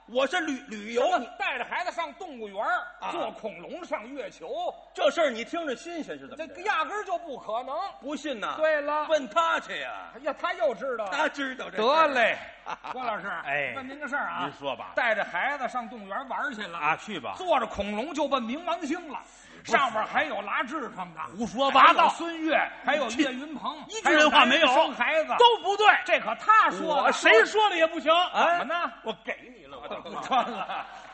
我是旅旅游， 你带着孩子上动物园啊，坐恐龙上月球， 这事儿你听着新鲜是怎么？ 这压根儿就不可能。 不信呐？ 对了， 问他去呀。 哎呀，他又知道， 他知道这。 得嘞，郭老师， 哎， 问您个事儿啊， 您说吧。 带着孩子上动物园玩去了啊， 去吧。 坐着恐龙就奔冥王星了。上面还有拉痔疮的， 胡说八道。 孙越，还有岳云鹏， 一句人话没有。 生孩子都不对， 这可他说的， 谁说了也不行。 怎么呢？ 我给你了，我不穿了。